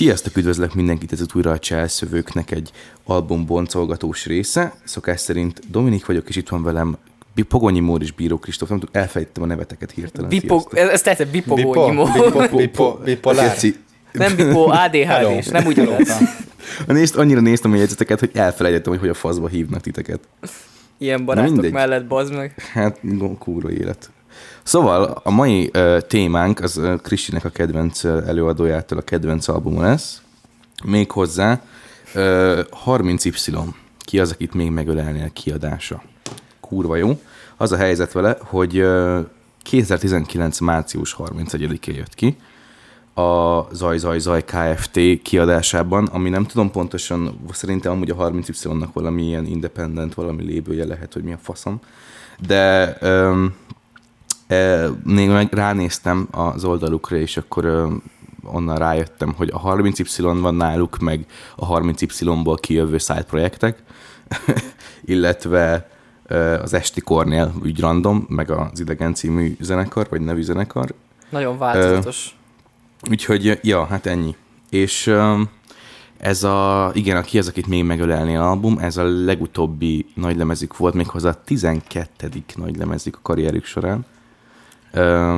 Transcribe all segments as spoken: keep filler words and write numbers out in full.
Sziasztok, üdvözlök mindenkit, ez újra a Cselszövőknek egy albumboncolgatós része. Szokás szerint Dominik vagyok, és itt van velem Pogonyi Mór és Bíró Kristóf. Nem tudom, elfelejtettem a neveteket hirtelen. Bipo, ez tehát Bipogónyi Mór. Bipo, bipo, bipolár. Nem Bipo, á dé há dés, nem ugyanaz. Nézd, annyira néztem a jegyzeteket, hogy elfelejtettem, hogy hogy a faszba hívnak titeket. Ilyen barátok mellett, bazd meg. Hát, kúró élet. Szóval a mai uh, témánk az uh, Kristinek a kedvenc uh, előadójától a kedvenc albuma lesz. Méghozzá uh, harminc ipszilon. Ki az, akit még megölelnél kiadása. Kurva jó. Az a helyzet vele, hogy uh, kétezer-tizenkilenc. március harmincegyedikén jött ki a Zaj Zaj Zaj Kft. Kiadásában, ami nem tudom pontosan, szerintem amúgy a harminc ipszilonnak valami ilyen independent, valami lébője lehet, hogy mi a faszom. De... Um, még meg ránéztem az oldalukra, és akkor onnan rájöttem, hogy a harminc ipszilon van náluk, meg a harminc ipszilonból kijövő side projektek, illetve az Esti Kornél úgy random, meg az Idegen című zenekar, vagy nevű zenekar. Nagyon változatos. Úgyhogy, ja, hát ennyi. És ez a, igen, a Ki az, akit még megölelnél album, ez a legutóbbi nagylemezük volt, méghozzá a tizenkettedik nagylemezük a karrierük során. Uh,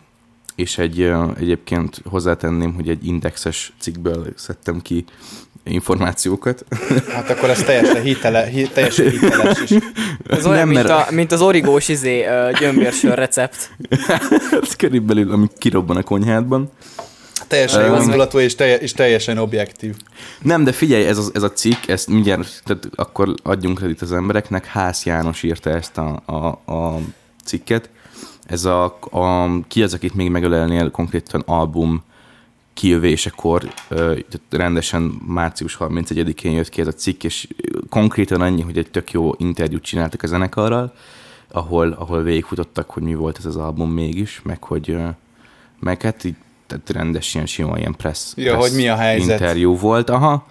és egy, uh, egyébként hozzátenném, hogy egy indexes cikkből szedtem ki információkat. Hát akkor ez teljesen, hitele, hi, teljesen hiteles is. Ez olyan, Nem, mint, mert... a, mint az origós izé, uh, gyömbérsör recept. Ez körülbelül, ami kirobban a konyhádban. Teljesen jó indulatú és, telje, és teljesen objektív. Nem, de figyelj, ez a, ez a cikk, ezt mindjárt, tehát akkor adjunk kredit az embereknek. Hász János írta ezt a, a, a cikket. Ez a, a Ki az, akit még megölelnél konkrétan album kijövésekor, rendesen március harmincegyedikén jött ki ez a cikk, és konkrétan annyi, hogy egy tök jó interjút csináltak a zenekarral, ahol, ahol végigfutottak, hogy mi volt ez az album mégis, meg hogy meg hát így tehát rendes ilyen sima ilyen press, ja, press hogy mi a helyzet. Interjú volt. Aha.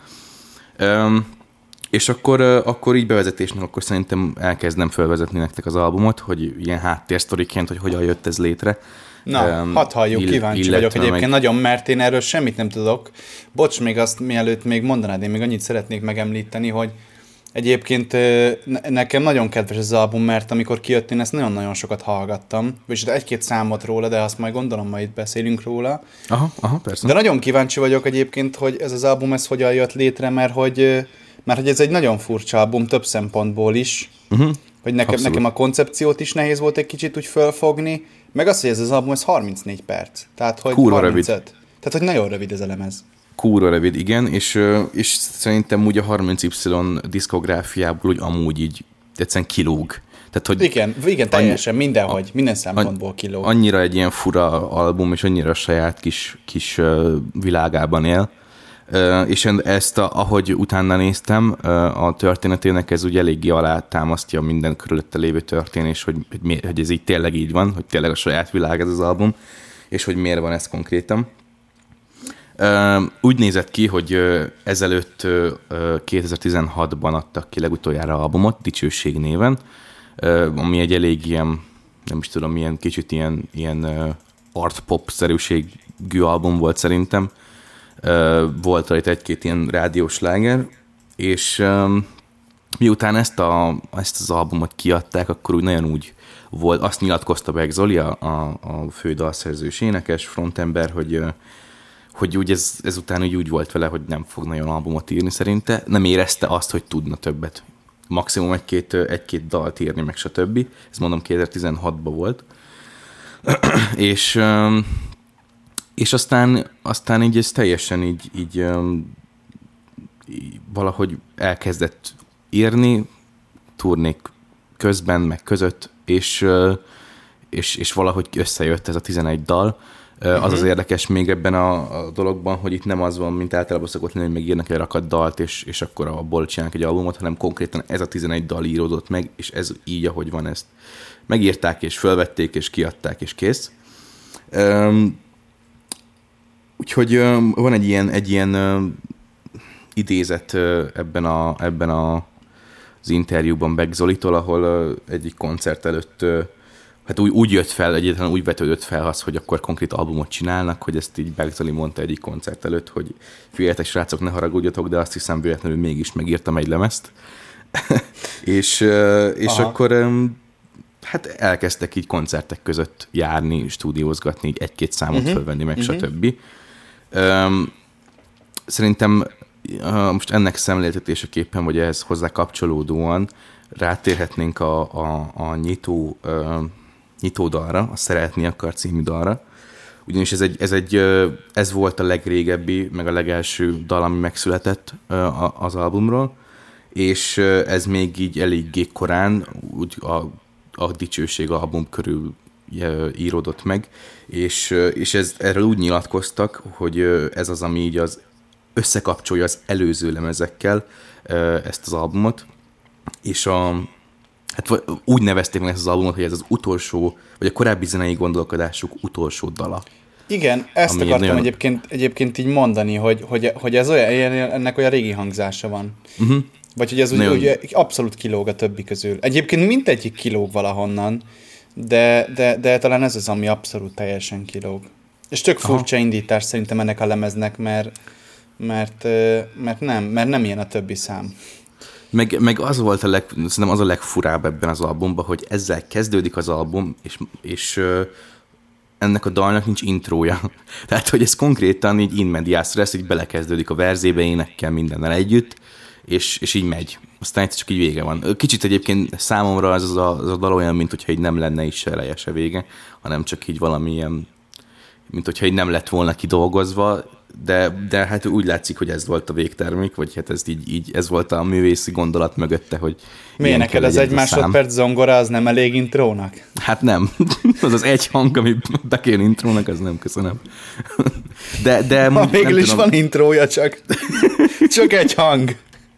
Um, És akkor, akkor így bevezetésnek, akkor szerintem elkezdem felvezetni nektek az albumot, hogy ilyen háttérsztoriként, hogy hogyan jött ez létre. Na, um, hadd halljuk, ill- kíváncsi vagyok egyébként meg... nagyon, mert én erről semmit nem tudok. Bocs, még azt mielőtt még mondanád, én még annyit szeretnék megemlíteni, hogy egyébként nekem nagyon kedves ez az album, mert amikor kijött, én ezt nagyon-nagyon sokat hallgattam, és egy-két számot róla, de azt majd gondolom, majd itt beszélünk róla. Aha, aha, persze. De nagyon kíváncsi vagyok egyébként, hogy ez az album, ez hogyan jött létre, mert hogy Mert hogy ez egy nagyon furcsa album több szempontból is, uh-huh. hogy nekem, nekem a koncepciót is nehéz volt egy kicsit úgy fölfogni, meg az, hogy ez az album, ez harmincnégy perc. Tehát, hogy Kurva harmincöt. rövid. Tehát, hogy nagyon rövid ez a lemez. Kurva rövid, igen, és, és szerintem úgy a harminc ipszilon diszkográfiából úgy amúgy így egyszerűen kilóg. Tehát, hogy igen, igen, teljesen, annyi, mindenhogy, minden szempontból kilóg. Annyira egy ilyen fura album, és annyira a saját kis, kis világában él. Uh, és ezt, a, ahogy utána néztem, uh, a történetének ez úgy eléggé alátámasztja minden körülötte lévő történés, hogy, hogy, mi, hogy ez így tényleg így van, hogy tényleg a saját világ ez az album, és hogy miért van ez konkrétan. Uh, úgy nézett ki, hogy uh, ezelőtt uh, kétezer-tizenhatban adtak ki legutoljára albumot, Dicsőség néven, uh, ami egy elég ilyen, nem is tudom, ilyen kicsit ilyen, ilyen uh, art-pop-szerűségű album volt szerintem. Uh, volt rajta egy-két ilyen rádiós sláger, és um, miután ezt, a, ezt az albumot kiadták, akkor úgy nagyon úgy volt, azt nyilatkozta be Zoli, a, a, a fő dalszerzős énekes frontember, hogy, uh, hogy úgy ez, ezután úgy, úgy volt vele, hogy nem fog nagyon albumot írni szerinte, nem érezte azt, hogy tudna többet. Maximum egy-két, egy-két dalt írni, meg stb. Ez mondom kétezer-tizenhatban volt. és... Um, És aztán, aztán így ez teljesen így, így, um, így valahogy elkezdett írni, turnék közben, meg között, és, uh, és, és valahogy összejött ez a tizenegy dal. Uh, uh-huh. Az az érdekes még ebben a, a dologban, hogy itt nem az van, mint általában szokott lenni, hogy megírnak egy rakat dalt, és, és akkor abból csinálnak egy albumot, hanem konkrétan ez a tizenegy dal íródott meg, és ez így, ahogy van, ezt megírták, és fölvették, és kiadták, és kész. Um, Úgyhogy uh, van egy ilyen, egy ilyen uh, idézet uh, ebben, a, ebben a, az interjúban Beck Zolitól, ahol uh, egyik koncert előtt uh, hát úgy, úgy jött fel, egyáltalán úgy vetődött fel az, hogy akkor konkrét albumot csinálnak, hogy ezt így Beck Zoli mondta egyik koncert előtt, hogy figyeljetek srácok, ne haragudjatok, de azt hiszem véletlenül mégis megírtam egy lemezt. és és akkor hát elkezdtek így koncertek között járni, stúdiózgatni, így egy-két számot uh-huh. fölvenni, meg uh-huh. stb. Um, szerintem uh, most ennek szemléltetéseképpen, vagy ehhez hozzá kapcsolódóan rátérhetnénk a, a, a nyitó, uh, nyitó dalra, a Szeretni akar című dalra. Ugyanis ez, egy, ez, egy, uh, ez volt a legrégebbi, meg a legelső dal, ami megszületett uh, az albumról, és uh, ez még így eléggé korán, úgy a, a Dicsőség album körül íródott meg, és, és ez, erről úgy nyilatkoztak, hogy ez az, ami így az összekapcsolja az előző lemezekkel ezt az albumot, és a, hát úgy nevezték meg ezt az albumot, hogy ez az utolsó, vagy a korábbi zenei gondolkodásuk utolsó dala. Igen, ezt akartam nagyon... egyébként, egyébként így mondani, hogy, hogy, hogy ez olyan, ennek olyan régi hangzása van. Uh-huh. Vagy hogy ez úgy, úgy abszolút kilóg a többi közül. Egyébként mindegyik kilóg valahonnan, de, de, de talán ez az, ami abszolút teljesen kilóg. És tök furcsa Aha. indítás szerintem ennek a lemeznek, mert, mert, mert, nem, mert nem ilyen a többi szám. Meg, meg az volt a, leg, szerintem az a legfurább ebben az albumban, hogy ezzel kezdődik az album, és, és ennek a dalnak nincs intrója. Tehát, hogy ez konkrétan így in medias res, így belekezdődik a verzébe, énekkel, mindennel együtt, és, és így megy. Aztán csak így vége van. Kicsit egyébként számomra az a, az a dal olyan, mint hogyha így nem lenne is se eleje, se vége, hanem csak így valamilyen, mint hogyha így nem lett volna kidolgozva, de, de hát úgy látszik, hogy ez volt a végtermék, vagy hát ez így, így ez volt a művészi gondolat mögötte, hogy miért neked az egy másodperc zongora, az nem elég intrónak? Hát nem. Az az egy hang, ami bekér intrónak, az nem, köszönöm. De, de ha végül is tudom... van intrója, csak, csak egy hang.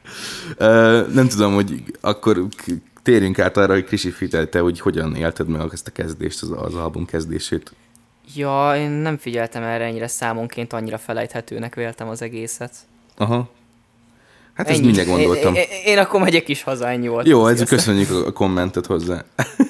Uh, nem tudom, hogy akkor térjünk át arra, hogy Krisi Fitel, te hogy hogyan élted meg ezt a kezdést, az, az album kezdését? Ja, én nem figyeltem erre ennyire számonként, annyira felejthetőnek véltem az egészet. Aha. Hát ezt mindjárt gondoltam. Én, én, én akkor megyek is haza, ennyi volt. Jó, ez köszönjük a kommentet hozzá.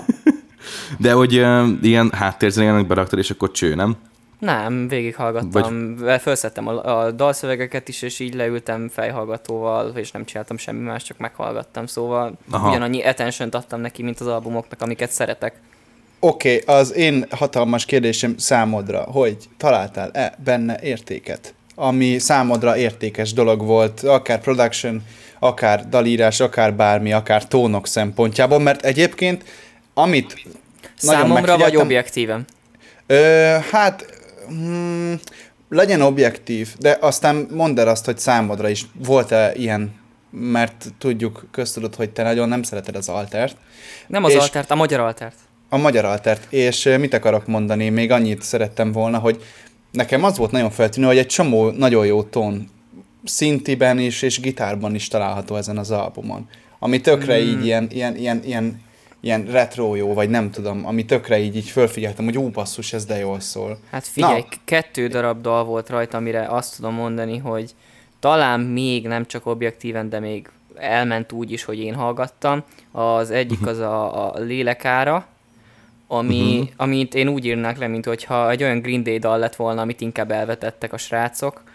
De hogy uh, ilyen háttérzenének beraktad, és akkor cső, nem? Nem, végighallgattam, Vagy... felszettem a, a dalszövegeket is, és így leültem fejhallgatóval, és nem csináltam semmi más, csak meghallgattam, szóval Aha. ugyanannyi attention-t adtam neki, mint az albumoknak, amiket szeretek. Oké, okay, az én hatalmas kérdésem számodra, hogy találtál-e benne értéket, ami számodra értékes dolog volt, akár production, akár dalírás, akár bármi, akár tónok szempontjából, mert egyébként, amit számomra vagy objektíven? Ö, hát... Hmm, legyen objektív, de aztán mondd el azt, hogy számodra is volt-e ilyen, mert tudjuk, köztudod, hogy te nagyon nem szereted az altert. Nem az altert, a magyar altert. A magyar altert, és mit akarok mondani? Még annyit szerettem volna, hogy nekem az volt nagyon feltűnő, hogy egy csomó nagyon jó tón szintiben is, és gitárban is található ezen az albumon. Ami tökre hmm. így ilyen, ilyen, ilyen, ilyen ilyen retro jó, vagy nem tudom, ami tökre így, így fölfigyeltem, hogy ú, basszus, ez de jól szól. Hát figyelj, Na. kettő darab dal volt rajta, amire azt tudom mondani, hogy talán még nem csak objektíven, de még elment úgy is, hogy én hallgattam. Az egyik az a, a Lélekára, ami, uh-huh. amit én úgy írnák le, mint hogyha egy olyan Green Day dal lett volna, amit inkább elvetettek a srácok.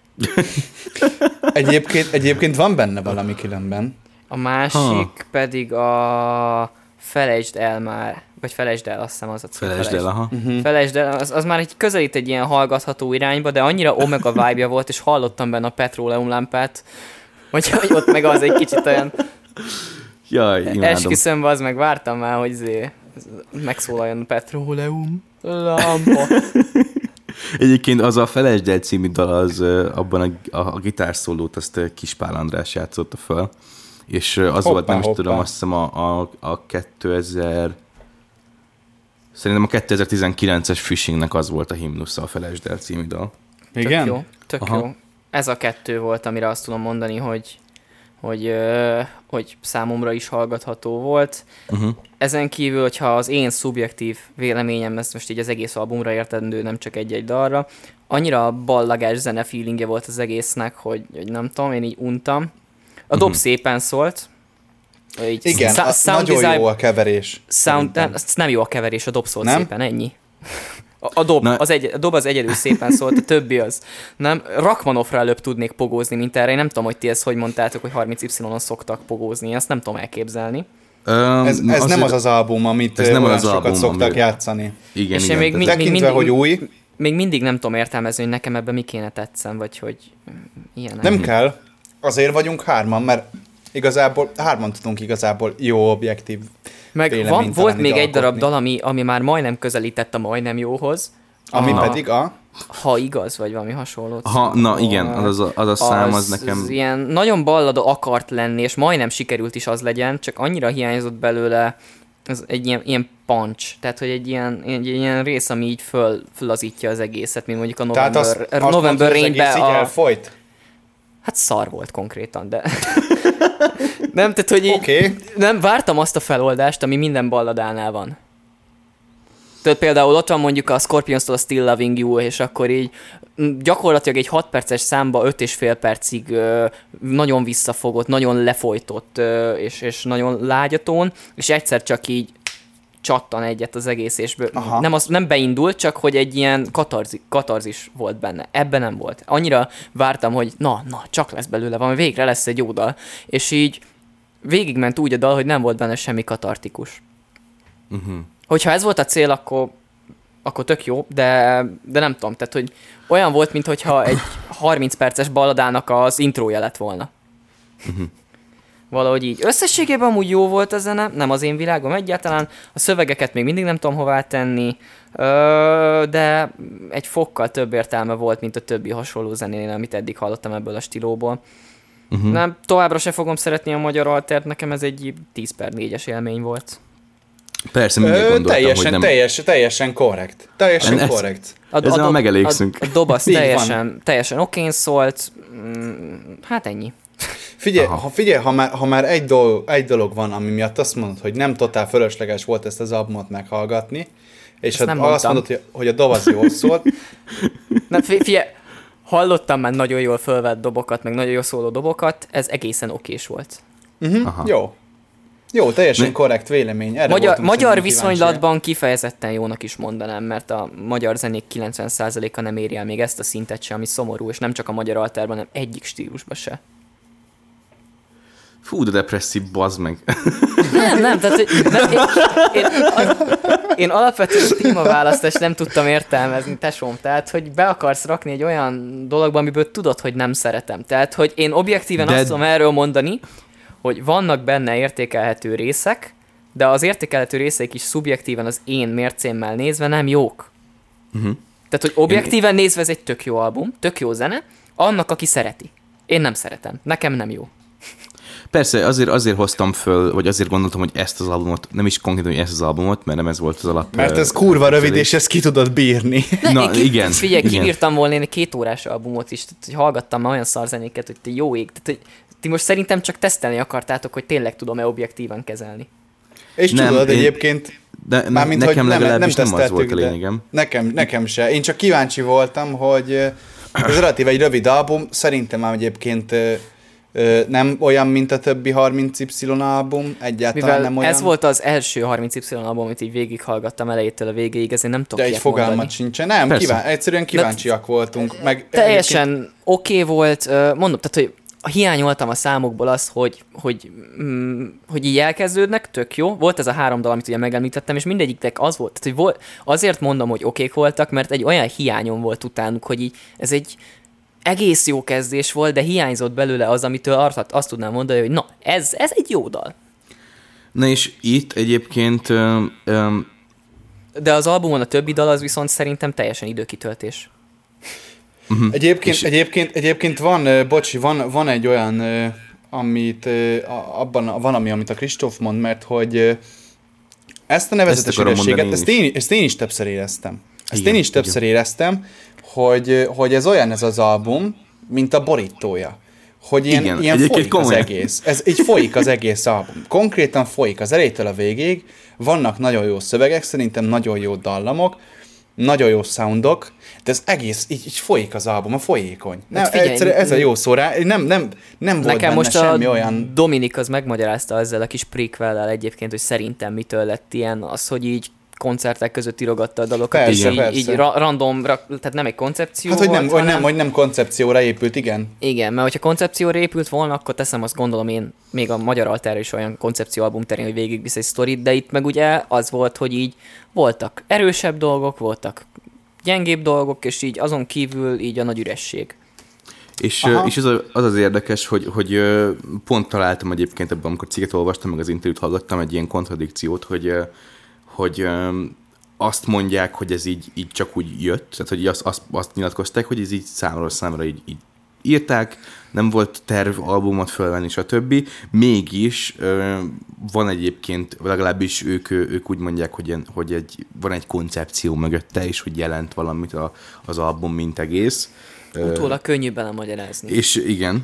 egyébként, egyébként van benne valami különben. A másik ha. pedig a Felejtsd el már, vagy felejtsd el, azt hiszem az a cím. Felejtsd el, aha. Uh-huh. Felejtsd el, az, az már egy közelít egy ilyen hallgatható irányba, de annyira omega vibe-ja volt, és hallottam benne a petróleum lámpát, hogy, hogy ott meg az egy kicsit olyan... Jaj, imádom. Esküszöm, az meg vártam már, hogy zé, megszólaljon a petróleum lámpa. Egyébként az a Felejtsd el című dal, az abban a, a, a gitárszólót azt Kispál András játszotta fel. És az hoppá, volt, nem is hoppá. tudom, azt hiszem a, a, a kétezer... Szerintem a kétezer-tizenkilences Fishingnek az volt a himnusza, a Felejtsd el című dal. Igen? Tök jó, tök jó. Ez a kettő volt, amire azt tudom mondani, hogy, hogy, hogy számomra is hallgatható volt. Uh-huh. Ezen kívül, hogyha az én szubjektív véleményem, ezt most így az egész albumra értendő, nem csak egy-egy dalra, annyira ballagás zene feelingje volt az egésznek, hogy, hogy nem tudom, én így untam. A dob uh-huh. szépen szólt, Így igen, szá- a, nagyon design, jó a keverés. Sound, nem, nem jó a keverés, a dob szólt nem? szépen, ennyi. A, a, dob, az egy, a dob az egyedül szépen szólt, a többi az. Nem, Rachmaninoffra előbb tudnék pogózni, mint erre. Én nem tudom, hogy ti ezt hogy mondtátok, hogy harminc Y-on szoktak pogózni, ezt nem tudom elképzelni. Um, ez ez nem az az album, amit ez nem olyan az sokat album, szoktak ami... játszani. Igen, és igen. Még, még, Tekintve, mindig, hogy új... Még mindig nem tudom értelmezni, hogy nekem ebben mi kéne tetszem, vagy hogy ilyen. Nem hmm. kell. Azért vagyunk hárman, mert igazából hárman tudunk igazából jó, objektív meg van, volt még egy darab dal, ami, ami már majdnem közelített a majdnem jóhoz. Ami a, pedig a... Ha igaz, vagy valami hasonlót. Ha, na igen, az a, az a szám, az, az nekem... Az ilyen nagyon ballada akart lenni, és majdnem sikerült is az legyen, csak annyira hiányzott belőle az egy ilyen, ilyen punch, tehát hogy egy ilyen, egy ilyen rész, ami így föl, fölazítja az egészet, mint mondjuk a November, tehát azt, azt November Rain-be a... elfolyt? Hát szar volt konkrétan, de... nem, tehát hogy így... Okay. Nem, vártam azt a feloldást, ami minden balladánál van. Tehát például ott van mondjuk a Scorpions-tól a Still Loving You, és akkor így gyakorlatilag egy hat perces számba öt és fél percig ö, nagyon visszafogott, nagyon lefolytott, ö, és, és nagyon lágyatón, és egyszer csak így csattan egyet az egész, és nem, az, nem beindult, csak hogy egy ilyen katarzi, katarzis volt benne. Ebben nem volt. Annyira vártam, hogy na, na, csak lesz belőle valami, végre lesz egy jó dal. És így végigment úgy a dal, hogy nem volt benne semmi katartikus. Uh-huh. Hogyha ez volt a cél, akkor, akkor tök jó, de, de nem tudom, tehát hogy olyan volt, mintha egy harminc perces balladának az intrója lett volna. Uh-huh. Valahogy így. Összességében amúgy jó volt a zene, nem az én világom egyáltalán, a szövegeket még mindig nem tudom hová tenni, de egy fokkal több értelme volt, mint a többi hasonló zenénél, amit eddig hallottam ebből a stílóból. Uh-huh. Nem, továbbra se fogom szeretni a magyar altert, nekem ez egy tíz per négyes élmény volt. Persze, mindjárt gondoltam, teljesen, hogy nem... Teljes, teljesen korrekt. Teljesen ez, korrekt. A, ezzel a, a, megelégszünk. A, a dobasz teljesen, teljesen okén szólt, hát ennyi. Figyelj, ha, figyelj, ha már, ha már egy, dolog, egy dolog van, ami miatt azt mondod, hogy nem totál fölösleges volt ezt az albumot meghallgatni, és ha azt mondod, hogy, hogy a dob az jól szólt. Nem, figyelj, hallottam már nagyon jól fölvett dobokat, meg nagyon jól szóló dobokat, ez egészen okés volt. Uh-huh, jó. Jó, teljesen ne? korrekt vélemény. Erre magyar magyar viszonylatban kifejezetten jónak is mondanám, mert a magyar zenék kilencven százaléka nem éri el még ezt a szintet se, ami szomorú, és nem csak a magyar alterben, hanem egyik stílusban se. Fú, de depresszív, bazd meg. Nem, nem, tehát nem, én, én, az, én alapvetően témaválasztást nem tudtam értelmezni, tesóm, tehát, hogy be akarsz rakni egy olyan dologba, amiből tudod, hogy nem szeretem. Tehát, hogy én objektíven de... azt tudom erről mondani, hogy vannak benne értékelhető részek, de az értékelhető részek is szubjektíven az én mércémmel nézve nem jók. Uh-huh. Tehát, hogy objektíven én... nézve ez egy tök jó album, tök jó zene, annak, aki szereti. Én nem szeretem. Nekem nem jó. Persze, azért, azért hoztam föl, vagy azért gondoltam, hogy ezt az albumot, nem is konkrétan, hogy ezt az albumot, mert nem ez volt az alap. Mert ez kurva rövid, és ezt ki tudod bírni. Ne, Na, ki, igen. Figyelj, igen. kibírtam volna én egy két órás albumot is, tehát, hogy hallgattam már olyan szarzenéket, hogy te jó ég. Tehát, hogy ti most szerintem csak tesztelni akartátok, hogy tényleg tudom-e objektíven kezelni. És nem, tudod, én... egyébként... De mármint, nekem hogy legalábbis nem, nem, nem az volt a lényegem. Nekem, nekem se. Én csak kíváncsi voltam, hogy ez relatív egy rövid album, szerintem már egyébként nem olyan, mint a többi harminc Y album, egyáltalán mivel nem olyan. Ez volt az első harminc Y album, amit így végighallgattam elejétől a végéig, ezért nem tudok De egy fogalmat mondani. sincsen. Nem, kíván, egyszerűen kíváncsiak De voltunk. Meg teljesen oké okay volt, mondom, tehát, hogy hiányoltam a számokból azt, hogy, hogy, mm, hogy így elkezdődnek, tök jó. Volt ez a három dal, amit ugye megemlítettem, és mindegyiknek az volt, tehát, hogy volt, azért mondom, hogy okék voltak, mert egy olyan hiányom volt utánuk, hogy így ez egy egész jó kezdés volt, de hiányzott belőle az, amitől azt, azt tudnám mondani, hogy na, ez, ez egy jó dal. Na és itt egyébként... Um, um... De az albumon a többi dal az viszont szerintem teljesen időkitöltés. Uh-huh. Egyébként, és... egyébként, egyébként van, bocsi, van, van egy olyan, amit abban van, ami, amit a Kristóf mond, mert hogy ezt a nevezetes ürességet, ezt én, ezt én is többször éreztem. Ezt igen, én is többször igen. éreztem, hogy, hogy ez olyan ez az album, mint a borítója. Hogy ilyen, igen, ilyen folyik komolyan. Az egész. Ez így folyik az egész album. Konkrétan folyik az elejétől a végéig. Vannak nagyon jó szövegek, szerintem nagyon jó dallamok, nagyon jó soundok, de ez egész, így, így folyik az album, a folyékony. Nem, figyelj, egyszerűen ez a jó szó rá, nem, nem, nem volt nekem benne most semmi a olyan... Dominik az megmagyarázta ezzel a kis prequellel egyébként, hogy szerintem mitől lett ilyen az, hogy így koncertek között írogatta a dalokat, persze, és így, persze. így ra- random, tehát nem egy koncepció Hát, hogy volt, nem, hogy hanem... nem, hogy nem koncepcióra épült, igen. Igen, mert hogyha koncepcióra épült volna, akkor teszem azt gondolom én, még a Magyar Alter is olyan koncepcióalbum terén, hogy végigvisz egy sztorit, de itt meg ugye az volt, hogy így voltak erősebb dolgok, voltak gyengébb dolgok, és így azon kívül így a nagy üresség. És, és az, a, az az érdekes, hogy, hogy pont találtam egyébként ebben, amikor cikket olvastam, meg az interjút hallgattam, egy ilyen kontradikciót, hogy, hogy azt mondják, hogy ez így, így csak úgy jött, tehát hogy azt, azt, azt nyilatkozták, hogy ez így számról számra így, így írták, nem volt terv albumot fölvenni, stb. Mégis van egyébként, legalábbis ők, ők úgy mondják, hogy, hogy egy, van egy koncepció mögötte, és hogy jelent valamit a, az album, mint egész. Utólag könnyű belemagyarázni. És igen.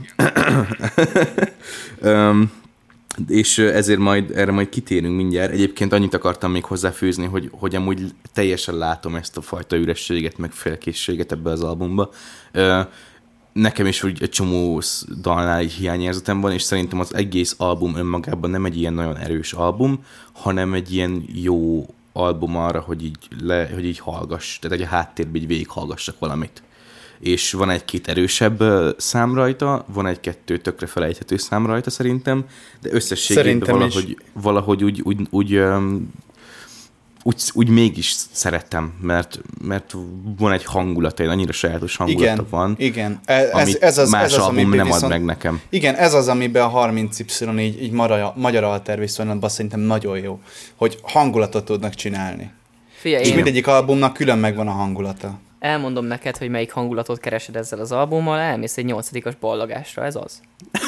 um, és ezért majd, erre majd kitérünk mindjárt. Egyébként annyit akartam még hozzáfűzni, hogy, hogy amúgy teljesen látom ezt a fajta ürességet, meg félkészséget ebbe az albumba. Uh, nekem is úgy egy csomó dalnál így hiányérzetem van, és szerintem az egész album önmagában nem egy ilyen nagyon erős album, hanem egy ilyen jó album arra, hogy így, le, hogy így hallgass, tehát egy a háttérben így végighallgassak valamit. És van egy-két erősebb szám rajta, van egy-kettő tökre felejthető szám rajta szerintem, de összességében valahogy, valahogy úgy, úgy, úgy, úgy, úgy mégis szeretem, mert, mert van egy hangulata, egy annyira sajátos hangulata igen, van, igen. Ez, ez az, más ez az, album nem viszont, ad meg nekem. Igen, ez az, amiben a harminc Y így, így Mara, Magyar Alter viszonylatban szerintem nagyon jó, hogy hangulatot tudnak csinálni. Figyelj, és én... mindegyik albumnak külön megvan a hangulata. Elmondom neked, hogy melyik hangulatot keresed ezzel az albummal, elmész egy nyolcadikos ballagásra, ez az.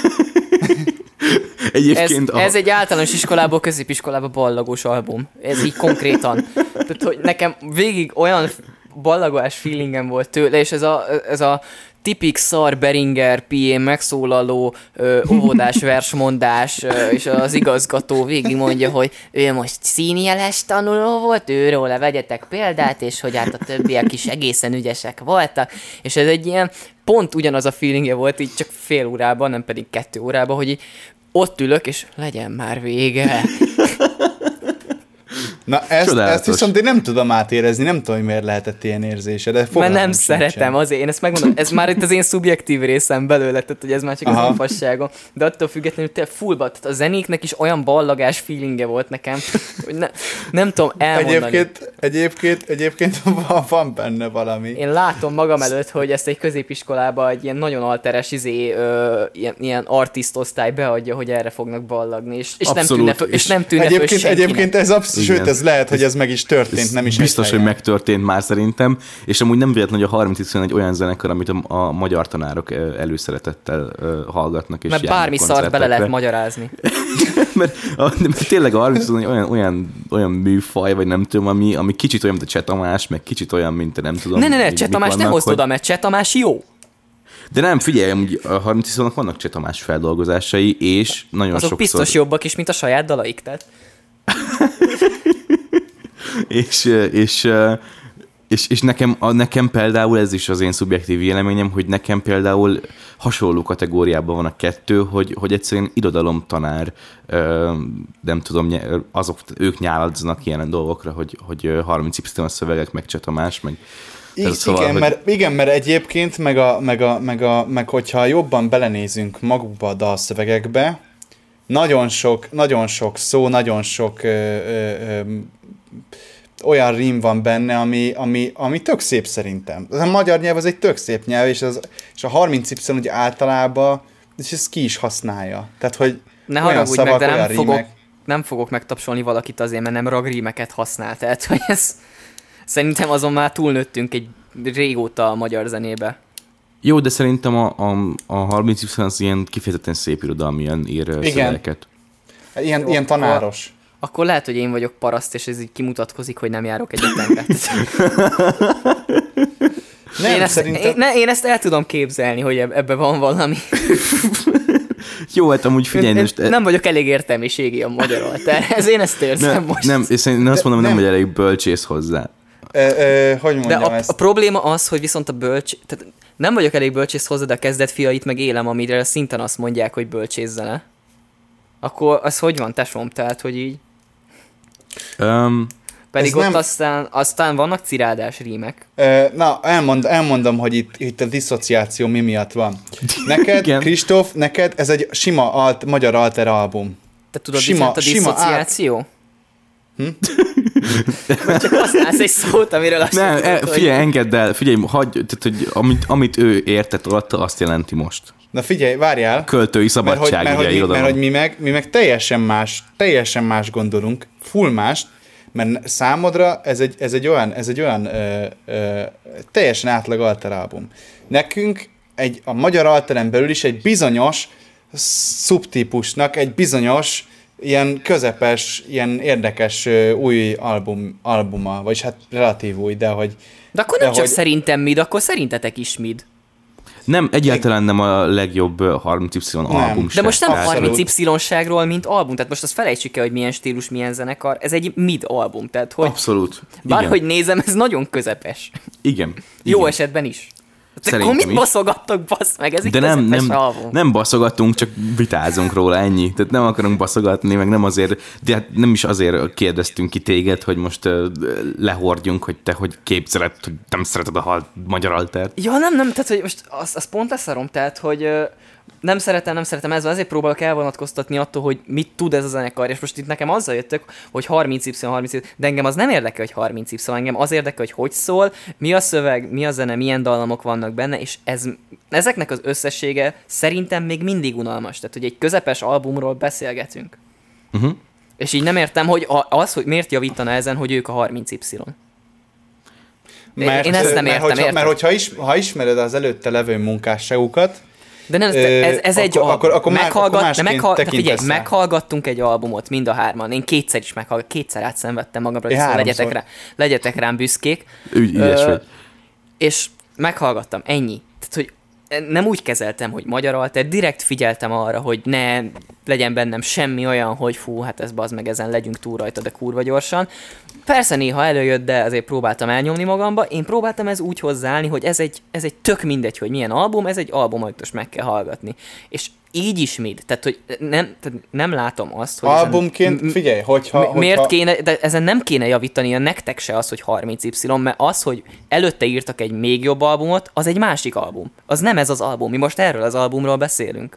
Egyébként ez, a... ez egy általános iskolából középiskolába ballagós album. Ez így konkrétan. Tehát, hogy nekem végig olyan ballagás feelingem volt tőle, és ez a, ez a tipik szar Beringer pé em megszólaló ö, óvodás versmondás, ö, és az igazgató végig mondja, hogy ő most színjeles tanuló volt, őróla vegyetek példát, és hogy hát a többiek is egészen ügyesek voltak, és ez egy ilyen pont ugyanaz a feelingje volt, így csak fél órában, nem pedig kettő órában, hogy így ott ülök, és legyen már vége. Na ezt, ezt viszont én nem tudom átérezni, nem tudom, hogy miért lehetett ilyen érzése, de mert nem szeretem, azért én ezt megmondom, ez már itt az én szubjektív részem belőle, tehát hogy ez már csak Aha. az infasságom, de attól függetlenül te fullba, tehát a zenéknek is olyan ballagás feelingje volt nekem, hogy ne, nem tudom elmondani. Egyébként, egyébként, egyébként van, van benne valami. Én látom magam előtt, hogy ezt egy középiskolában egy ilyen nagyon alteres izé, ö, ilyen, ilyen artistosztály beadja, hogy erre fognak ballagni, és, és nem tűnne föl, és nem tűnne egyébként, föl egyébként ez abszolút, sőt, ez lehet, hogy ez meg is történt, ez nem is biztos, hogy megtörtént már szerintem, és amúgy nem véletlen, hogy a harminc Y egy olyan zenekar, amit a, a magyar tanárok előszeretettel uh, hallgatnak. És mert bármi szart bele lehet magyarázni. mert, a, mert tényleg a harminc Y olyan, olyan, olyan műfaj, vagy nem tudom, ami, ami kicsit olyan, mint a Cseh Tamás, meg kicsit olyan, mint nem tudom. Ne, ne, ne, Cseh Tamás ne hozd oda, mert Cseh Tamás jó. De nem, figyelj, a harminc Y-nak vannak Cseh Tamás feldolgozásai, és nagyon azok sokszor... biztos jobbak is, mint a saját dalaik, tehát... és, és, és, és nekem, nekem például, ez is az én szubjektív véleményem, hogy nekem például hasonló kategóriában van a kettő, hogy, hogy egyszerűen irodalomtanár, nem tudom, azok, ők nyáladznak ilyen dolgokra, hogy, hogy harminc Y szövegek, meg Cseh Tamás, meg... I- szóval, igen, hogy... mert, igen, mert egyébként, meg, a, meg, a, meg, a, meg hogyha jobban belenézünk magukba a dalszövegekbe, nagyon sok, nagyon sok szó, nagyon sok ö, ö, ö, olyan rím van benne, ami, ami, ami tök szép szerintem. A magyar nyelv az egy tök szép nyelv, és, az, és a harminc Y ugye általában, és ezt ki is használja. Tehát, hogy ne haragudj meg, de nem fogok, nem fogok megtapsolni valakit azért, mert nem ragrímeket használ. Tehát, hogy ez, szerintem azon már túlnőttünk egy régóta a magyar zenébe. Jó, de szerintem a, a, a harminc Y az ilyen kifejezetten szép irodalmian ír szövegeket. Ilyen, ilyen tanáros. Akkor, akkor lehet, hogy én vagyok paraszt, és ez így kimutatkozik, hogy nem járok egyetemre. nem, én, ezt, szerintem... én, ne, én ezt el tudom képzelni, hogy ebben van valami. Jó, hát amúgy figyelj. Én, most... Nem vagyok elég értelmiségi a magyar alter, ez én ezt érzem ne, most. Nem, és én azt mondom, hogy nem vagy elég bölcsész hozzá. Ö, ö, hogy mondjam de a, ezt? a probléma az, hogy viszont a bölcs... Tehát nem vagyok elég bölcsész hozzá, de a kezdet fiait meg élem, amire szinten azt mondják, hogy bölcsészene. Akkor az hogy van, tesóm? Tehát, hogy így... Um, Pedig ott nem... aztán, aztán vannak cirádás rímek. Ö, na, elmond, elmondom, hogy itt, itt a diszociáció mi miatt van. Neked, Kristóf, neked ez egy sima alt, magyar alter album. Te tudod, sima, mit a diszociáció? Át... Hm? Vagy csak használsz egy szót, amiről azt nem, mondod, figyelj, hogy... engedd el, figyelj, hagyj, tehát, hogy amit, amit ő értett alatta, azt jelenti most. Na figyelj, várjál. Költői szabadság, mert, hogy, ugye, mert, hogy, mert hogy mi meg, mi meg teljesen más, teljesen más gondolunk, full mást, mert számodra ez egy, ez egy olyan, ez egy olyan ö, ö, teljesen átlag alteralbum. Nekünk egy, a magyar alteren belül is egy bizonyos szubtípusnak, egy bizonyos ilyen közepes, ilyen érdekes ö, új album, albuma, vagyis hát relatív új, de hogy... De akkor nem de csak hogy... szerintem mid, akkor szerintetek is mid. Nem, egyáltalán nem a legjobb harminc Y album. De most nem harminc Y-ságról, mint album, tehát most azt felejtsük el, hogy milyen stílus, milyen zenekar, ez egy mid album, tehát hogy... Abszolút. Bárhogy nézem, ez nagyon közepes. Igen. Jó igen. esetben is. Tehát akkor mit baszogattok, bassz meg, ez egy de nem, nem, album. nem baszogatunk, csak vitázunk róla, ennyi. Tehát nem akarunk baszogatni, meg nem azért, de hát nem is azért kérdeztünk ki téged, hogy most uh, lehordjunk, hogy te hogy képzeled, hogy nem szereted a magyar altert. Ja, nem, nem, tehát hogy most az, az pont leszarom, tehát hogy uh, nem szeretem, nem szeretem, ez azért próbálok elvonatkoztatni attól, hogy mit tud ez a zenekar, és most itt nekem azzal jöttök, hogy harminc Y, harminc Y, de engem az nem érdekel, hogy harminc Y, engem az érdekel, hogy hogy szól, mi a szöveg, mi a zene, milyen dallamok vannak benne, és ez, ezeknek az összessége szerintem még mindig unalmas, tehát hogy egy közepes albumról beszélgetünk. Uh-huh. És így nem értem, hogy az, hogy miért javítana ezen, hogy ők a harminc Y. Mert, Én ezt nem mert értem, hogyha, értem. Mert hogyha is, ha ismered az előtte levő munkásságukat, de nem, ez, ez egy akkor, akkor, akkor meghallgat, már, akkor de meghall, de figyelj, rá. meghallgattunk egy albumot, mind a hárman. Én kétszer is meghallgattam, kétszer átszenvedtem magamra, szóval legyetek, rá, legyetek rám büszkék. Ügy, ügyes vagy. És meghallgattam, ennyi. Tehát, hogy nem úgy kezeltem, hogy magyar alter, direkt figyeltem arra, hogy ne legyen bennem semmi olyan, hogy fú, hát ez bazd meg, ezen legyünk túl rajta, de kurva gyorsan. Persze néha előjött, de azért próbáltam elnyomni magamba. Én próbáltam ez úgy hozzáállni, hogy ez egy, ez egy tök mindegy, hogy milyen album, ez egy album, amit most meg kell hallgatni. És így is mid. Tehát, hogy nem, tehát nem látom azt, hogy... Albumként, ezen, figyelj, hogyha... M- miért hogyha... kéne, de ezen nem kéne javítani a nektek se az, hogy harminc Y, mert az, hogy előtte írtak egy még jobb albumot, az egy másik album. Az nem ez az album. Mi most erről az albumról beszélünk.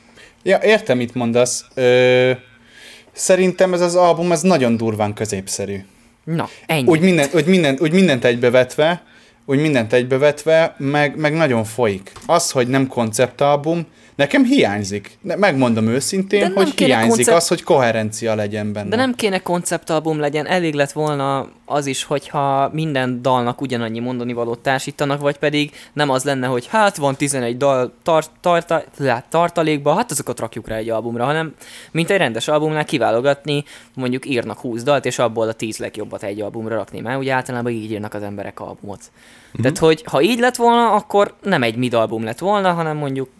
Ja, értem, mit mondasz. Ö, szerintem ez az album, ez nagyon durván középszerű. Na, ennyi. Úgy, minden, úgy, minden, úgy mindent egybevetve, úgy mindent egybevetve, meg, meg nagyon folyik. Az, hogy nem konceptalbum, nekem hiányzik. Megmondom őszintén, hogy hiányzik koncept... az, hogy koherencia legyen benne. De nem kéne konceptalbum legyen, elég lett volna az is, hogyha minden dalnak ugyanannyi mondani valót társítanak, vagy pedig nem az lenne, hogy hát van tizenegy dal tar- tar- tar- tartalékba, hát azokat rakjuk rá egy albumra, hanem mint egy rendes albumnál kiválogatni, mondjuk írnak húsz dalt, és abból a tíz legjobbat egy albumra rakni, mert ugye általában így írnak az emberek albumot. Mm-hmm. Tehát, hogy ha így lett volna, akkor nem egy mid album lett volna, hanem mondjuk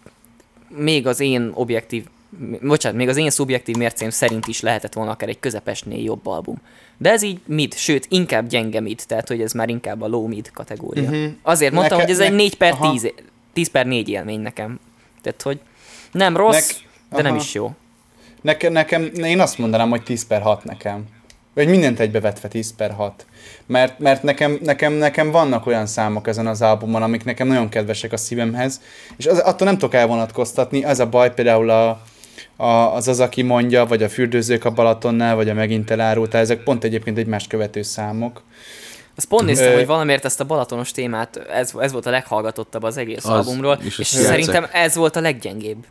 még az én objektív, bocsánat, még az én szubjektív mércém szerint is lehetett volna akár egy közepesnél jobb album. De ez így mid, sőt, inkább gyenge mid, tehát hogy ez már inkább a low mid kategória. Uh-huh. Azért mondtam, Neke, hogy ez ne, egy négy per tíz, tíz per négy élmény nekem. Tehát, hogy nem rossz, Nek, de aha. nem is jó. Nekem, nekem, én azt mondanám, hogy tíz per hat nekem. Vagy mindent egybevetve tíz per hat. Mert, mert nekem, nekem, nekem vannak olyan számok ezen az albumon, amik nekem nagyon kedvesek a szívemhez, és az, attól nem tudok elvonatkoztatni. Ez a baj például a, a, az az, aki mondja, vagy a Fürdőzők a Balatonnál, vagy a Megint elárulta, ezek pont egyébként egymást követő számok. Azt pont néztem, Ö... hogy valamiért ezt a balatonos témát, ez, ez volt a leghallgatottabb az egész az, albumról, és, és szerintem ez volt a leggyengébb.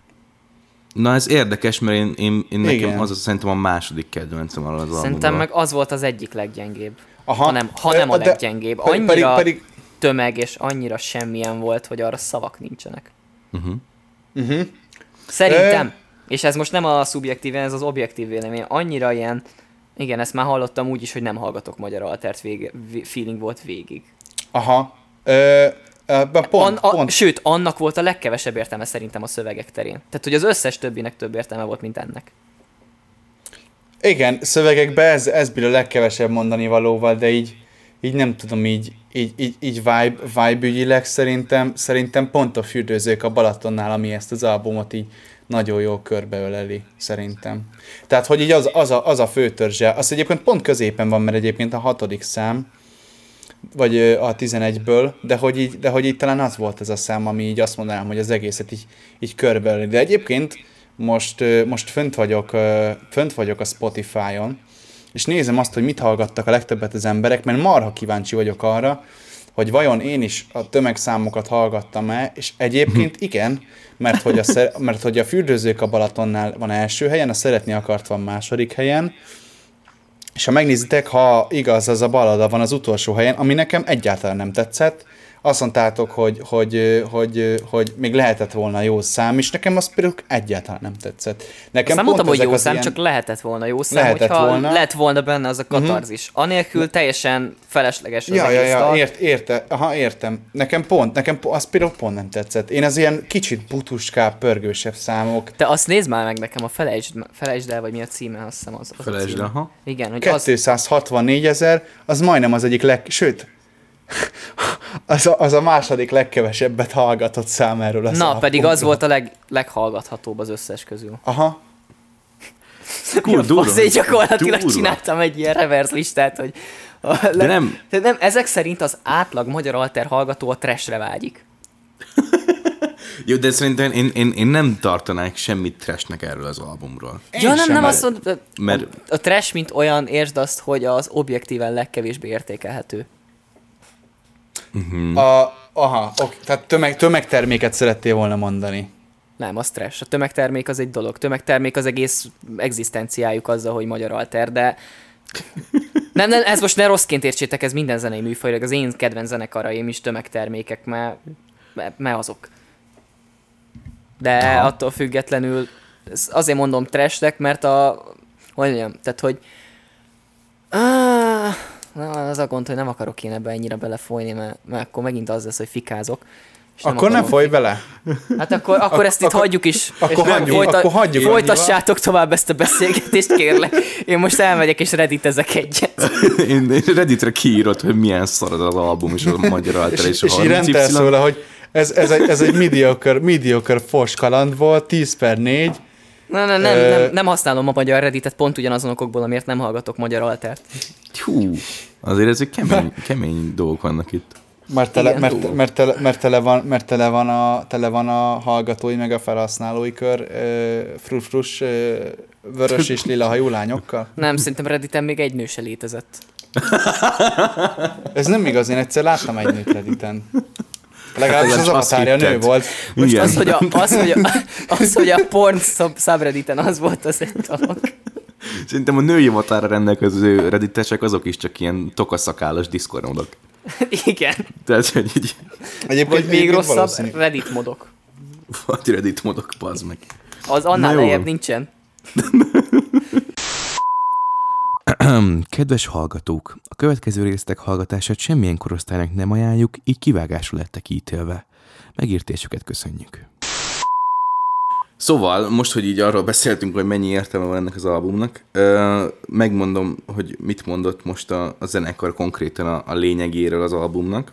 Na ez érdekes, mert én, én, én nekem az, az szerintem a második kedvencem az albumról. Szerintem meg az volt az egyik leggyengébb. Aha. Ha nem, ha nem a leggyengébb. Annyira pedig, pedig... tömeg és annyira semmilyen volt, hogy arra szavak nincsenek. Uh-huh. Uh-huh. Szerintem, uh... és ez most nem a szubjektív, ez az objektív vélemény, annyira ilyen, igen, ezt már hallottam úgy is, hogy nem hallgatok magyar altert vége, feeling volt végig. Aha. Ö... Pont, An, a, pont. Sőt, annak volt a legkevesebb értelme szerintem a szövegek terén. Tehát, hogy az összes többinek több értelme volt, mint ennek. Igen, szövegekben ez, ez bír a legkevesebb mondani valóval, de így, így nem tudom, így, így, így, így vibe, vibe ügyileg szerintem, szerintem pont a Fürdőzők a Balatonnál, ami ezt az albumot így nagyon jól körbeöleli, szerintem. Tehát, hogy így az, az, a, az a főtörzse, az egyébként pont középen van, mert egyébként a hatodik szám, vagy a tizenegyből, de hogy, így, de hogy így talán az volt ez a szám, ami így azt mondanám, hogy az egészet így, így körbeöleli. De egyébként most, most fönt vagyok, fönt vagyok a Spotify-on, és nézem azt, hogy mit hallgattak a legtöbbet az emberek, mert marha kíváncsi vagyok arra, hogy vajon én is a tömegszámokat hallgattam-e, és egyébként igen, mert hogy a, szer- mert hogy a Fürdőzők a Balatonnál van első helyen, a Szeretni akart van második helyen, és ha megnézitek, ha igaz, az a Ballada van az utolsó helyen, ami nekem egyáltalán nem tetszett. Azt mondtátok, hogy, hogy, hogy, hogy még lehetett volna jó szám, és nekem az például egyáltalán nem tetszett. Nekem nem mondtam, hogy jó szám, ilyen... csak lehetett volna jó szám, lehetett hogyha volna. Lett volna benne az a katarzis. Uh-huh. Anélkül teljesen felesleges az ja, egész ja, dal. ja, ért, érte, aha, értem. Nekem pont, nekem az például pont nem tetszett. Én az ilyen kicsit butuskább, pörgősebb számok. Te azt nézd már meg nekem, a felejtsd, felejtsd el, vagy mi a címe, azt hiszem az, az felejtsd el, aha. Igen, hogy kétszázhatvannégy-ezer, az majdnem az egyik leg... Sőt, az a, az a második legkevesebbet hallgatott szám erről a Na, számról. pedig az volt a leg, leghallgathatóbb az összes közül. Aha. Azért gyakorlatilag csináltam egy ilyen reverse listát, hogy a leg... De nem... De nem, ezek szerint az átlag magyar alter hallgató a trashre vágyik. Jó, de szerintem én, én, én nem tartanák semmit trashnek erről az albumról. Én ja, nem, nem azt mondod, mert... a, a trash, mint olyan, értsd azt, hogy az objektíven legkevésbé értékelhető. Uh-huh. A, aha, ok, tehát tömeg, tömegterméket szerettél volna mondani. Nem, az trash. A tömegtermék az egy dolog. Tömegtermék az egész egzisztenciájuk azzal, hogy magyar alter, de nem, nem, ez most ne rosszként értsétek, ez minden zenei műfajlag. Az én kedvenc zenekaraim is tömegtermékek, mert, mert azok. De aha. Attól függetlenül azért mondom trashnek, mert a... Hogy mondjam, tehát, hogy... Ah, na, az a gond, hogy nem akarok én ebbe ennyire belefolyni, mert, mert akkor megint az lesz, hogy fikázok. Akkor nem, nem folyj bele. Hát akkor, akkor ezt itt hagyjuk is. Akkor hagyjuk, folyta, akkor hagyjuk. Folytassátok tovább ezt a beszélgetést, kérlek. Én most elmegyek és redditezek egyet. Én, én redditre kiírod, hogy milyen szarad az album és a magyar alter és, és a harminc y. És így szóla, hogy ez, ez egy, ez egy mediocre, mediocre fos kaland volt, tíz per négy. Nem, nem, nem, Ö... nem, nem használom a magyar redditet pont ugyanazon okokból, amiért nem hallgatok magyar altert. Hú, azért ezek kemény, kemény dolgok vannak itt. Mert tele, igen, mert, mert, tele, mert, tele van, mert tele, van a, tele van a hallgatói meg a felhasználói kör uh, frus-frus uh, vörös és lila hajú lányokkal? Nem, szerintem Redditen még egy nő se létezett. Ez nem igaz, én egyszer láttam egy nőt Redditen. Legalábbis az avatárja nő volt. Most az hogy, a, az, hogy a, az, hogy a porn subredditen az volt, az egy dolog. Szerintem a női avatára rendelkező redditesek azok is csak ilyen tokaszakállas diszkornodok. Igen. Tehát, hogy így... Vagy még rosszabb, Reddit modok. Vagy Reddit modok, bazd meg. Az annál lejjebb nincsen. Kedves hallgatók, a következő részletek hallgatását semmilyen korosztálynak nem ajánljuk, így kivágásra lettek ítélve. Megértésüket köszönjük. Szóval, most, hogy így arról beszéltünk, hogy mennyi értelme van ennek az albumnak, megmondom, hogy mit mondott most a, a zenekar konkrétan a, a lényegéről az albumnak.